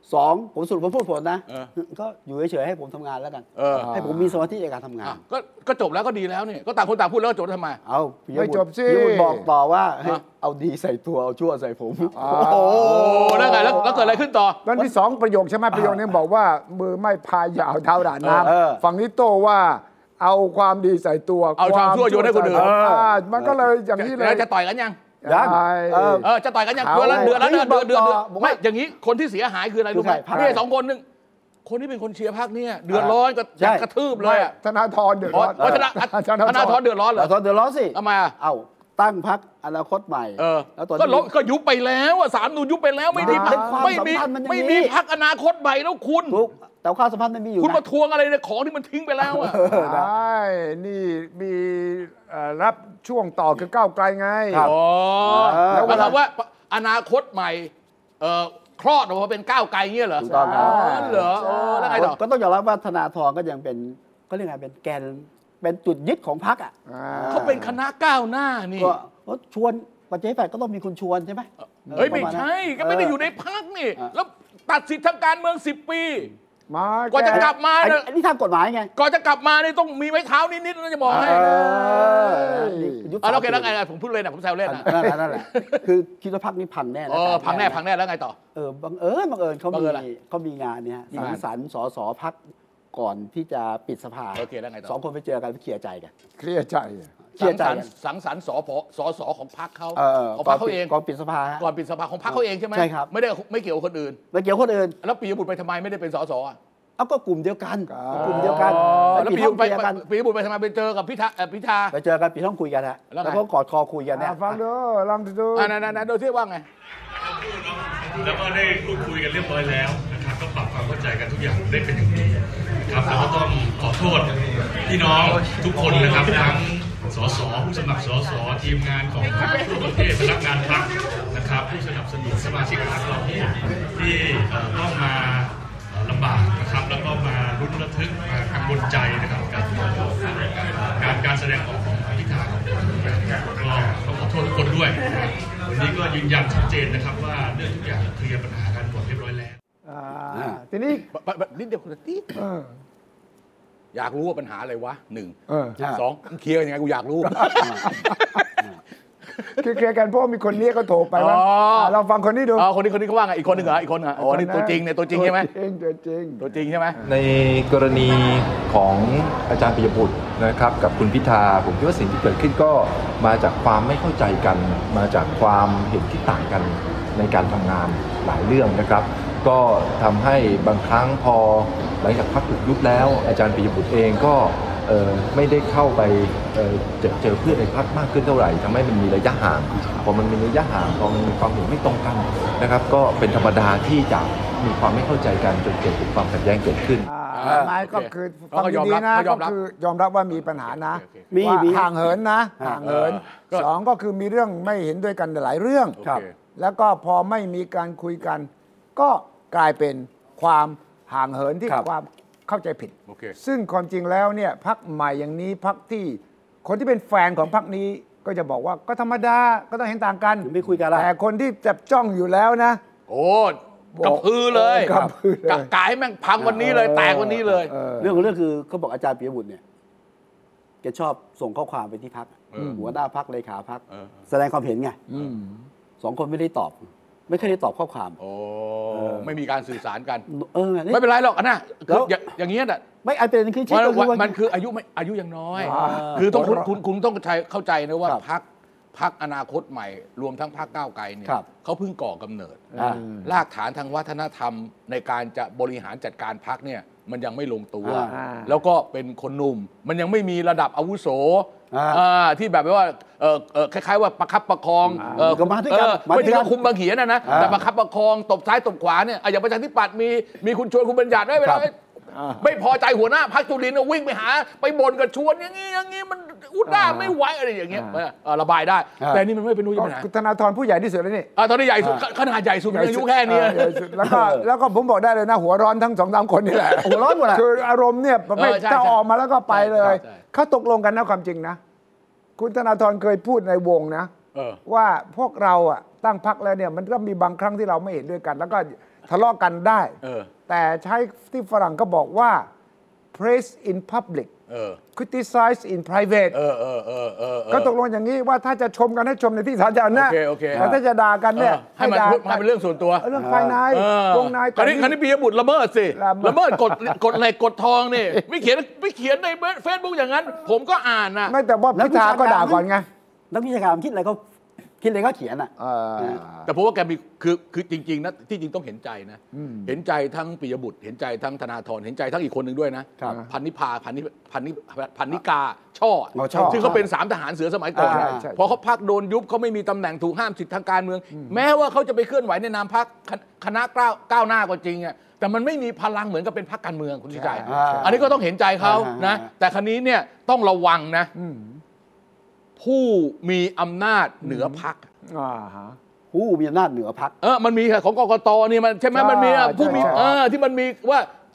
2ผมสรุปผมพูดนะก็อยู่เฉยๆให้ผมทำงานแล้วกันให้ผมมีสมาธิในการทำงานก็จบแล้วก็ดีแล้วนี่ก็ต่างคนต่างพูดแล้วจบทำไมไม่จบสิพี่บุตรบอกต่อว่าเอาดีใส่ตัวเอาชั่วใส่ผมโอ้แล้วไงแล้วเกิดอะไรขึ้นต่อวันที่2ประโยคใช่ไหมประโยคนี้บอกว่ามือไม่พายอย่าเอาเท้าด่าน้ำฝั่งนี้โต้ว่าเอาความดีใส่ตัวเอาความชั่วโยนให้คนอื่นมันก็เลยอย่างนี้เลยจะต่อยกันยังจะต่อยกันยังเดือดไม่อย่างนี้คนที่เสียหายคืออะไรรู้ไหมพี่2 คนนึงคนที่เป็นคนเชียร์พรรคเนี่ยเดือดร้อนก็กระทืบเลยธนาธรเดือดร้อนธนาธรเดือดร้อนเหรอเดือดร้อนสิทำไมตั้งพรรคอนาคตใหม่แล้วตอนนี้ก็ยุบไปแล้วศาลนูนยุบไปแล้วไม่มีพรรคอนาคตใหม่แล้วคุณแต่ความสัมพันธ์มันมีอยู่คุณมาทวงอะไรในของที่มันทิ้งไปแล้วได้นี่มีรับช่วงต่อคือก้าวไกลไงแล้วคำว่าอนาคตใหม่คลอดออกมาเป็นก้าวไกลเงี้ยเหรอถูกต้องครับเหรอแล้วไงต่อก็ต้องยอมรับว่าธนาธรก็ยังเป็นก็เรียกไงเป็นแกเป็นจุดยึดของพรรคอ่ะเขาเป็นคณะก้าวหน้านี่ก็ชวนประชาธิปัตย์ก็ต้องมีคุณชวนใช่ไหมเฮ้ยไม่ใช่ก็ไม่ได้อยู่ในพรรคนี่แล้วตัดสิทธิ์ทางการเมือง10 ปีกว่าจะกลับมาเนี่ยอันนี้ทางกฎหมายไงก่อนจะกลับมานี่ต้องมีไม้เท้านิดๆนะจะบอกให้แล้วแกแล้วไงผมพูดเลยนะผมแซวเล่นนะนั่นแหละคือคิดว่าพรรคนี้พังแน่พังแน่แล้วไงต่อบังเอิญเขามีงานเนี่ยสังสรรค์สสพรรคก่อนที่จะปิดสภาแล้วไงต่อ 2 คนไปเจอกันเคลียร์ใจกันเคลียร์ใจสังสรรค์สของพรรคเขาของพรรคเขาเองก่อนปิดสภาของพรรคเขาเองใช่ไหมใช่ครับไม่เกี่ยวกับคนอื่นแล้วปียบุตรไปทำไมไม่ได้เป็นสสเอาก็กลุ่มเดียวกันแล้วปียบุตรไปทำไมไปเจอกับพิธาไปเจอกันปีต้องคุยกันฮะแล้วก็กอดคอคุยกันเนี่ยฟังดูลองดูนั่นโดยที่ว่าไงแล้วก็ได้พูดคุยกันเรียบร้อยแล้วนะครับก็ปรับความเข้าใจกันทุกอย่างได้เป็นอย่างดีครับแล้วก็ต้องขอโทษพี่น้องทุกคนนะครับทั้งสสผู้สมัครสสทีมงานของพรรคทั่วประเทศพนักงานพรรคนะครับผู้สนับสนุนสมาชิกพรรคเราที่ต้องมาลำบากนะครับแล้วก็มาลุ้นระทึกมากังวลใจนะครับกับการแสดงออกของพิธาของผมก็ต้องขอโทษทุกคนด้วยวันนี้ก็ยืนยันชัดเจนนะครับว่าเรื่องทุกอย่างเคลียร์ปัญหากันหมดเรียบร้อยแล้วทีนี้นิดเดียวคุณติ๊กอยากรู้ว่าปัญหาอะไรวะ1 2เคลียร์ยังไงกูอยากรู้เคลียร์กันเพราะมีคนนี้ก็โทรไปว่าเราฟังคนนี้ดูคนนี้เขาว่าไงอีกคนนึงเหรออีกคนอ๋อนี่ตัวจริงเนี่ยตัวจริงใช่ไหมตัวจริงใช่ไหมในกรณีของอาจารย์ปิยบุตรนะครับกับคุณพิธาผมคิดว่าสิ่งที่เกิดขึ้นก็มาจากความไม่เข้าใจกันมาจากความเห็นที่ต่างกันในการทำงานหลายเรื่องนะครับก็ทำให้บางครั้งพอหลังจากพรรคถูกยุบแล้วอาจารย์ปิยบุตรเองก็ไม่ได้เข้าไปเจอเพื่อนในพรรคมากขึ้นเท่าไหร่ทำให้มันมีระยะห่างพอมันมีระยะห่างพอมันมีความเห็นไม่ตรงกันนะครับก็เป็นธรรมดาที่จะมีความไม่เข้าใจกันจนเกิดความขัดแย้งเกิดขึ้นไม่ก็คือฟังดีนะก็คือยอมรับว่ามีปัญหานะมีห่างเหินนะห่างเหิน2ก็คือมีเรื่องไม่เห็นด้วยกันหลายเรื่องแล้วก็พอไม่มีการคุยกันก็กลายเป็นความห่างเหินที่ความเข้าใจผิดซึ่งความจริงแล้วเนี่ยพรรคใหม่อย่างนี้พรรคที่คนที่เป็นแฟนของพรรคนี้ก็จะบอกว่าก็ธรรมดาก็ต้องเห็นต่างกันไม่คุยกันแต่คนที่จับจ้องอยู่แล้วนะโอ้กระพือเลยกายแม่งพังวันนี้เลยแตกวันนี้เลยเรื่องคือเขาบอกอาจารย์ปิยบุตรเนี่ยแกชอบส่งข้อความไปที่พรรคหัวหน้าพรรคเลขาพรรคแสดงความเห็นไง2 คนไม่ได้ตอบไม่เคยได้ตอบข้อความไม่มีการสื่อสารกันไม่เป็นไรหรอกนะอย่างเงี้ยน่ะไม่ไอเป็นคือมันคืออายุยังน้อยคือต้องคุณต้องเข้าใจนะว่าพรรคอนาคตใหม่รวมทั้งพรรคก้าวไกลเนี่ยเขาเพิ่งก่อกำเนิดรากฐานทางวัฒนธรรมในการจะบริหารจัดการพรรคเนี่ยมันยังไม่ลงตัวแล้วก็เป็นคนหนุ่มมันยังไม่มีระดับอาวุโสที่แบบว่าคล้ายๆว่าประคับประคองไม่ถึงกับคุมบังเหียนะแต่ประคับประคองตบซ้ายตบขวาเนี่ยอย่างประชาธิปัตย์มีคุณชวนคุณบัญญัติได้เวลาไม่พอใจหัวหน้าพรรคจุลินทร์วิ่งไปหาไปบ่นกับชวนอย่างงี้มันอุดหน้าไม่ไหวอะไรอย่างเงี้ยระบายได้แต่นี่มันไม่เป็นรู้ยังไงธนาธรผู้ใหญ่ที่สุดแล้วนี่ตอนนี้ใหญ่สุดขนาดใหญ่สุดอายุแค่นี้แล้วก็ผมบอกได้เลยนะหัวร้อนทั้ง2-3 คนนี่แหละหัวร้อนหมดคืออารมณ์เนี่ยไม่จะออกมาแล้วก็ไปเลยเขาตกลงกันนะความจริงนะคุณธนาธรเคยพูดในวงนะว่าพวกเราตั้งพรรคแล้วเนี่ยมันก็มีบางครั้งที่เราไม่เห็นด้วยกันแล้วก็ทะเลาะกันได้แต่ใช้ที่ฝรั่งก็บอกว่า praise in public criticize in private ก็ตกลงอย่างนี้ว่าถ้าจะชมกันให้ชมในที่สาธารณะแต่ถ้าจะด่ากันเนี่ยให้มันเป็นเรื่องส่วนตัวเรื่องภายในวงในคราวนี้ปิยบุตรละเมิดสิละเมิดกดเหล็กกดทองนี่ไม่เขียนใน Facebook อย่างนั้นผมก็อ่านนะไม่แต่ว่าพิธาก็ด่าก่อนไงนักวิชาการคิดอะไรก็เขียนแต่ผมว่าแกมีคือจริงๆนะที่จริงต้องเห็นใจนะเห็นใจทั้งปิยบุตรเห็นใจทั้งธนาธรเห็นใจทั้งอีกคนหนึ่งด้วยนะพันนิกาช่อซึ่งเขาเป็น3ทหารเสือสมัยก่อนพอเขาพรรคโดนยุบเขาไม่มีตำแหน่งถูกห้ามสิทธิทางการเมืองแม้ว่าเขาจะไปเคลื่อนไหวในนามพรรคคณะก้าวหน้าก็จริงอ่ะแต่มันไม่มีพลังเหมือนกับเป็นพรรคการเมืองคุณชัยอันนี้ก็ต้องเห็นใจเขานะแต่ครั้นี้เนี่ยต้องระวังนะผู้มีอำนาจเหนือพรรคผู้มีอำนาจเหนือพรรคมันมีของกกตนี่มันใช่ไหมมันมีผู้มีที่มันมีว่า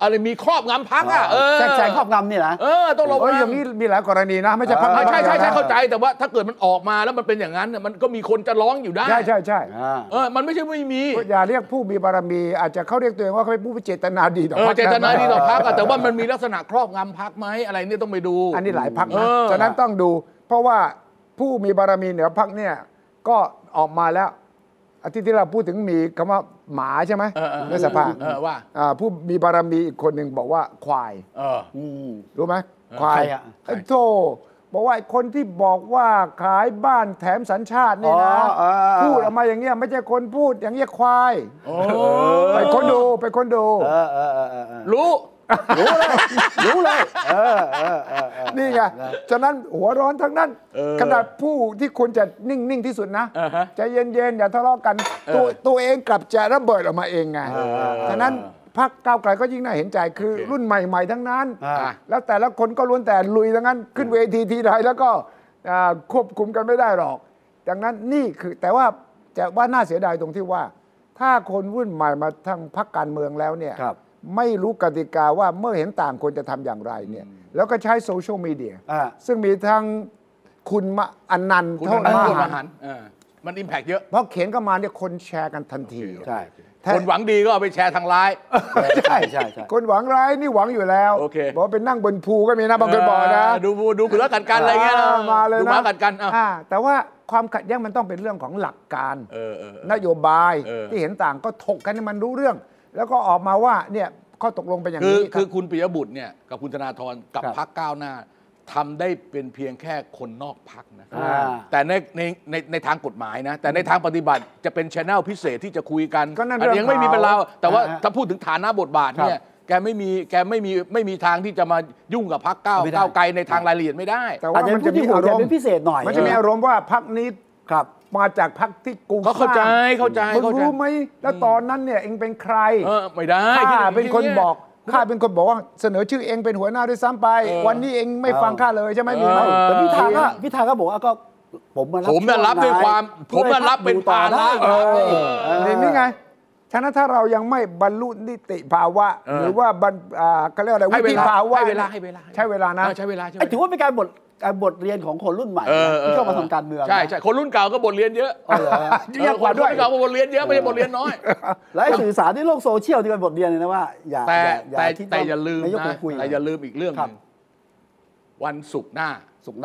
อะไรมีครอบงำพรรคแซงครอบงำนี่นะต้องระวังอย่างนี้มีหลายกรณีนะไม่ใช่พรรคใช่เข้าใจแต่ว่าถ้าเกิดมันออกมาแล้วมันเป็นอย่างนั้นมันก็มีคนจะร้องอยู่ได้ใช่มันไม่ใช่ไม่มีอย่าเรียกผู้มีบารมีอาจจะเขาเรียกตัวเองว่าเขาเป็นผู้เจตนาดีต่อพรรคเจตนาดีต่อพรรคแต่ว่ามันมีลักษณะครอบงำพรรคไหมอะไรเนี่ยต้องไปดูอันนี้หลายพรรคนะฉะนั้นต้องดูเพราะว่าผู้มีบารมีเหนือพรรคเนี่ยก็ออกมาแล้วอาทิตย์ที่เราพูดถึงมีคำว่าหมาใช่ไหมในสภาว่าผู้มีบารมีอีกคนหนึ่งบอกว่าควายรู้ไหมควายไอ้โธ่บอกว่าคนที่บอกว่าขายบ้านแถมสัญชาตินี่นะพูดออกมาอย่างเงี้ยไม่ใช่คนพูดอย่างเงี้ยควายไปคนดูรู้เลยนี่ไงฉะนั้นหัวร้อนทั้งนั้นขนาดผู้ที่ควรจะนิ่งที่สุดนะใจเย็นๆอย่าทะเลาะกันตัวเองกลับจะระเบิดออกมาเองไงฉะนั้นพรรคก้าวไกลก็ยิ่งน่าเห็นใจคือรุ่นใหม่ๆทั้งนั้นแล้วแต่ละคนก็ล้วนแต่ลุยทั้งนั้นขึ้นเวทีทีใดแล้วก็ควบคุมกันไม่ได้หรอกดังนั้นนี่คือแต่ว่าจะว่าน่าเสียดายตรงที่ว่าถ้าคนรุ่นใหม่มาทั้งพรรคการเมืองแล้วเนี่ยไม่รู้กติกาว่าเมื่อเห็นต่างคนจะทำอย่างไรเนี่ยแล้วก็ใช้โซเชียลมีเดียซึ่งมีทั้งคุณอนันต์เท่านั้นมันอิมแพกเยอะเพราะเขียนเข้ามาเนี่ยคนแชร์กันทันทีใช่คนหวังดีก็เอาไปแชร์ทางไลน์ใช่คนหวังร้ายนี่หวังอยู่แล้วบอกเป็นนั่งบนภูก็มีนะบางคนบอกนะดูเผื่อกันอะไรเงี้ยมาเลยนะดูมากันแต่ว่าความขัดแย้งมันต้องเป็นเรื่องของหลักการนโยบายที่เห็นต่างก็ถกกันให้มันรู้เรื่องแล้วก็ออกมาว่าเนี่ยข้อตกลงเป็นอย่างนี้คือคุณปิยบุตรเนี่ยกับคุณธนาธรกับพรรคก้าวหน้าทำได้เป็นเพียงแค่คนนอกพรรคนะแต่ในทางกฎหมายนะแต่ในทางปฏิบัติจะเป็น channel พิเศษที่จะคุยกันยังไม่มีเป็นเราแต่ว่าถ้าพูดถึงฐานะบทบาทเนี่ยแกไม่มีทางที่จะมายุ่งกับพรรคก้าวไกลในทางรายละเอียดไม่ได้แต่ว่ามันจะมีอารมณ์พิเศษหน่อยมันจะมีอารมณ์ว่าพรรคนี้มาจากพรรคที่กูเข้าใจมึงรู้ไหมแล้วตอนนั้นเนี่ยเองเป็นใครไม่ได้ข้าเป็นคนบอกว่าเสนอชื่อเองเป็นหัวหน้าด้วยซ้ำไปวันนี้เองไม่ฟังข้าเลยใช่ไหมมีไหมแต่พิธาก็บอกว่าก็ผมรับด้วยความผมรับเป็นภาระนี่ไงฉะนั้นถ้าเรายังไม่บรรลุนิติภาวะหรือว่าเขาเรียกอะไรวิธีภาวะใช้เวลาใช้เวลานะถือว่าเป็นการบทเรียนของคนรุ่นใหม่ที่เข้ามาทำการเมืองใช่คนรุ่นเก่าก็บทเรียนเยอะคนรุ่นเก่าก็บทเรียนเยอะไม่ใช่บทเรียนน้อยและสื่อสารในโลกโซเชียลที่เป็นบทเรียนเลยนะว่าแต่อย่าลืมนะแต่อย่าลืมอีกเรื่องนึงวันศุกร์หน้า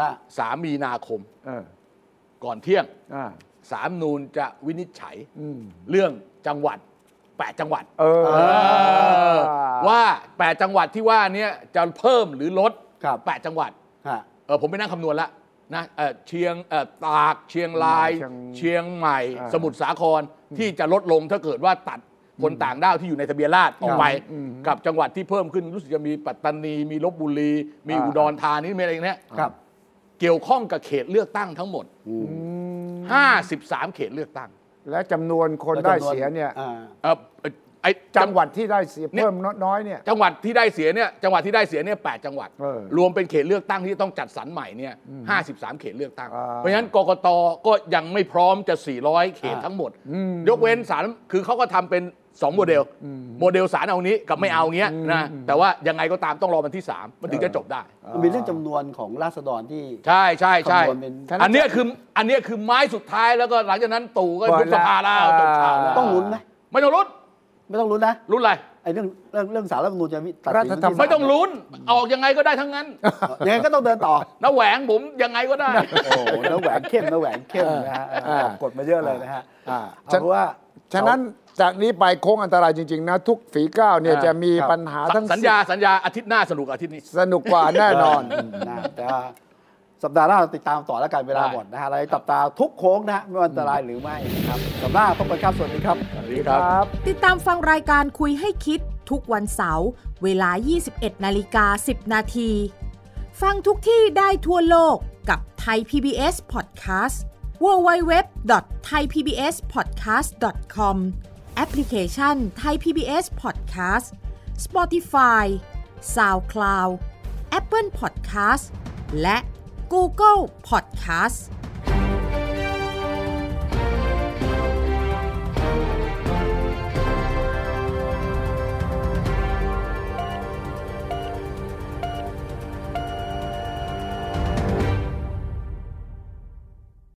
3 มีนาคมก่อนเที่ยงศาลรัฐธรรมนูญจะวินิจฉัยเรื่องจังหวัด8 จังหวัดว่า8 จังหวัดที่ว่านี้จะเพิ่มหรือลด8 จังหวัดผมไปนั่งคำนวณแล้วนะตากเชียงรายเชียงใหม่สมุทรสาครที่จะลดลงถ้าเกิดว่าตัดคนต่างด้าวที่อยู่ในทะเบียนราษฎร์ออกไปกับจังหวัดที่เพิ่มขึ้นรู้สึกจะมีปัตตานีมีลพบุรีมีอุดรธานีมีอะไรอย่างเงี้ยเกี่ยวข้องกับเขตเลือกตั้งทั้งหมด53 เขตเลือกตั้งและจำนวนคนได้เสียเนี่ยจังหวัดที่ได้เสียเพิ่มน้อยเนี่ยจังหวัดที่ได้เสียเนี่ย8 จังหวัดรวมเป็นเขตเลือกตั้งที่ต้องจัดสรรใหม่เนี่ย53 เขตเลือกตั้งเพราะฉะนั้นกกต.ก็ยังไม่พร้อมจะ400 เขตทั้งหมดยกเว้นศาลคือเขาก็ทำเป็น2 โมเดลศาลเอานี้กับไม่เอาเงี้ยนะแต่ว่ายังไงก็ตามต้องรอวันที่3มันถึงจะจบได้มันมีเรื่องจำนวนของราษฎรที่ใช่อันนี้คือไม้สุดท้ายแล้วก็หลังจากนั้นตู่ก็ยุบสภาแล้วจบข่าวแล้วต้องลุ้นไหมไม่ต้องลุ้นนะลุ้นอะไรไอ้เรื่องศาลรัฐธรรมนูญจะตัดสินไม่ต้องลุ้นออกยังไงก็ได้ทั้งนั้นยังไงก็ต้องเดินต่อน้าแหวงผมยังไงก็ได้โอ้น้าแหวงเข้มนะฮะกดมาเยอะเลยนะฮะฉะนั้นจากนี้ไปโค้งอันตรายจริงๆนะทุกฝีก้าวเนี่ยจะมีปัญหาทั้งสัญญาอาทิตย์หน้าสนุกอาทิตย์นี้สนุกกว่าแน่นอนแต่สัปดาห์หน้าเราติดตามต่อแล้วกันเวลาหมดนะฮะเราจับตาทุกโค้งนะฮะไม่ว่าอันตรายหรือไม่นะครับสัปดาห์หน้าพบกันครับสวัสดีครับสวัสดีครับติดตามฟังรายการคุยให้คิดทุกวันเสาร์เวลา 21:10 นาทีฟังทุกที่ได้ทั่วโลกกับไทย PBS Podcast www.thaipbspodcast.com แอปพลิเคชัน Thai PBS Podcast Spotify SoundCloud Apple Podcast และ Google Podcast